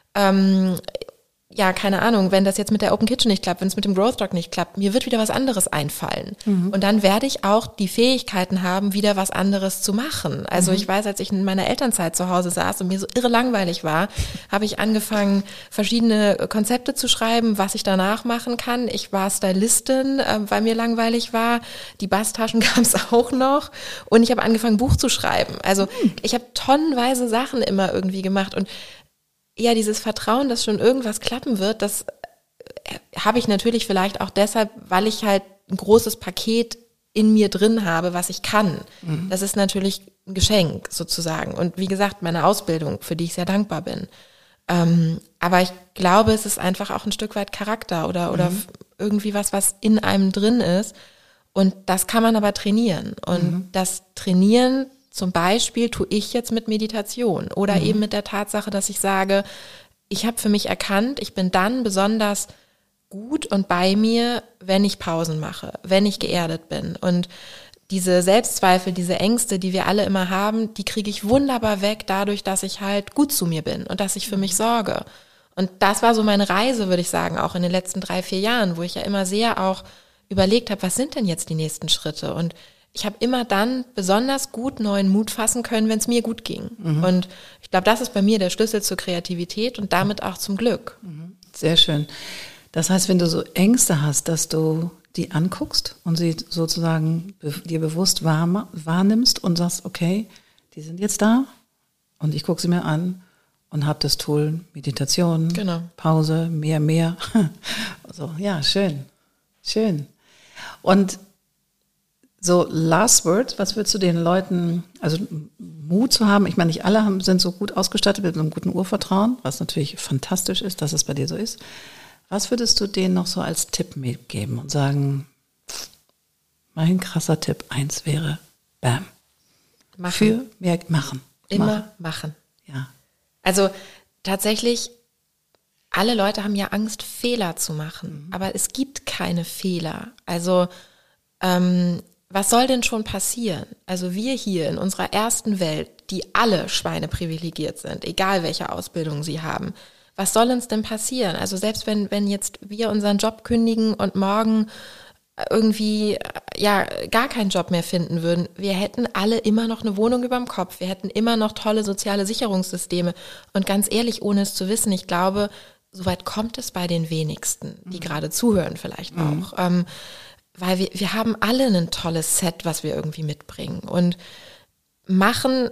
keine Ahnung, wenn das jetzt mit der Open Kitchen nicht klappt, wenn es mit dem Growth Dog nicht klappt, mir wird wieder was anderes einfallen. Und dann werde ich auch die Fähigkeiten haben, wieder was anderes zu machen. Also ich weiß, als ich in meiner Elternzeit zu Hause saß und mir so irre langweilig war, habe ich angefangen, verschiedene Konzepte zu schreiben, was ich danach machen kann. Ich war Stylistin, weil mir langweilig war. Die Basstaschen gab es auch noch. Und ich habe angefangen, ein Buch zu schreiben. Also ich habe tonnenweise Sachen immer irgendwie gemacht. Und ja, dieses Vertrauen, dass schon irgendwas klappen wird, das habe ich natürlich vielleicht auch deshalb, weil ich halt ein großes Paket in mir drin habe, was ich kann. Das ist natürlich ein Geschenk sozusagen. Und wie gesagt, meine Ausbildung, für die ich sehr dankbar bin. Aber ich glaube, es ist einfach auch ein Stück weit Charakter oder irgendwie was in einem drin ist. Und das kann man aber trainieren. Und das Trainieren zum Beispiel tue ich jetzt mit Meditation oder eben mit der Tatsache, dass ich sage, ich habe für mich erkannt, ich bin dann besonders gut und bei mir, wenn ich Pausen mache, wenn ich geerdet bin. Und diese Selbstzweifel, diese Ängste, die wir alle immer haben, die kriege ich wunderbar weg dadurch, dass ich halt gut zu mir bin und dass ich für mich sorge. Und das war so meine Reise, würde ich sagen, auch in den letzten 3-4 Jahren, wo ich ja immer sehr auch überlegt habe, was sind denn jetzt die nächsten Schritte? Und ich habe immer dann besonders gut neuen Mut fassen können, wenn es mir gut ging. Und ich glaube, das ist bei mir der Schlüssel zur Kreativität und damit auch zum Glück. Sehr schön. Das heißt, wenn du so Ängste hast, dass du die anguckst und sie sozusagen dir bewusst wahrnimmst und sagst, okay, die sind jetzt da und ich gucke sie mir an und habe das Tool Meditation, Pause, mehr. Also, ja, schön. Schön. Und so last word, was würdest du den Leuten, also Mut zu haben, ich meine, nicht alle sind so gut ausgestattet mit einem guten Urvertrauen, was natürlich fantastisch ist, dass es bei dir so ist. Was würdest du denen noch so als Tipp mitgeben und sagen, mein krasser Tipp 1 wäre, bam, machen. Für mehr machen. Immer machen. Ja. Also tatsächlich, alle Leute haben ja Angst, Fehler zu machen, aber es gibt keine Fehler. Also was soll denn schon passieren? Also wir hier in unserer ersten Welt, die alle Schweine privilegiert sind, egal welche Ausbildung sie haben, was soll uns denn passieren? Also selbst wenn jetzt wir unseren Job kündigen und morgen irgendwie gar keinen Job mehr finden würden, wir hätten alle immer noch eine Wohnung überm Kopf, wir hätten immer noch tolle soziale Sicherungssysteme und ganz ehrlich, ohne es zu wissen, ich glaube, soweit kommt es bei den wenigsten, die gerade zuhören vielleicht auch, weil wir haben alle ein tolles Set, was wir irgendwie mitbringen und machen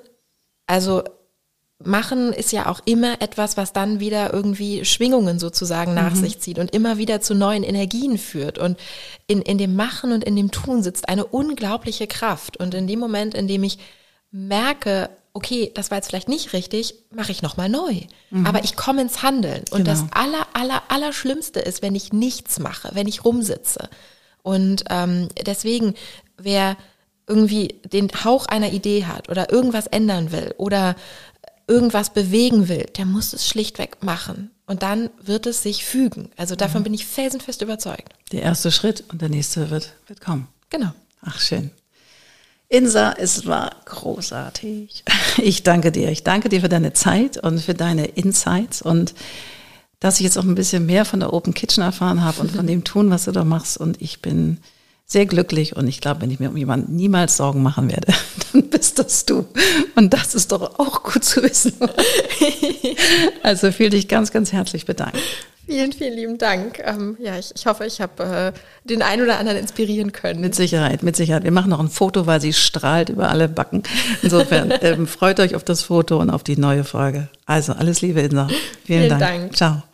ist ja auch immer etwas, was dann wieder irgendwie Schwingungen sozusagen nach sich zieht und immer wieder zu neuen Energien führt. Und in dem Machen und in dem Tun sitzt eine unglaubliche Kraft. Und in dem Moment, in dem ich merke, okay, das war jetzt vielleicht nicht richtig, mache ich nochmal neu. Aber ich komme ins Handeln. Und das Allerschlimmste ist, wenn ich nichts mache, wenn ich rumsitze. Und deswegen, wer irgendwie den Hauch einer Idee hat oder irgendwas ändern will oder irgendwas bewegen will, der muss es schlichtweg machen. Und dann wird es sich fügen. Also davon bin ich felsenfest überzeugt. Der erste Schritt und der nächste wird kommen. Genau. Ach, schön. Insa, es war großartig. Ich danke dir. Ich danke dir für deine Zeit und für deine Insights und dass ich jetzt auch ein bisschen mehr von der Open Kitchen erfahren habe und von dem Tun, was du da machst. Und ich bin sehr glücklich und ich glaube, wenn ich mir um jemanden niemals Sorgen machen werde, dann bist das du. Und das ist doch auch gut zu wissen. Also fühl dich ganz, ganz herzlich bedankt. Vielen, vielen lieben Dank. Ich hoffe, ich habe den einen oder anderen inspirieren können. Mit Sicherheit, mit Sicherheit. Wir machen noch ein Foto, weil sie strahlt über alle Backen. Insofern freut euch auf das Foto und auf die neue Folge. Also alles Liebe, Insa. Vielen Dank. Ciao.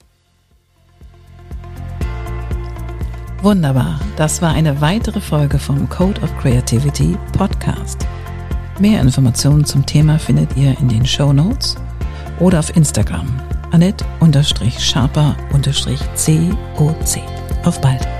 Wunderbar, das war eine weitere Folge vom Code of Creativity Podcast. Mehr Informationen zum Thema findet ihr in den Shownotes oder auf Instagram. Annette_Sharper_COC. Auf bald.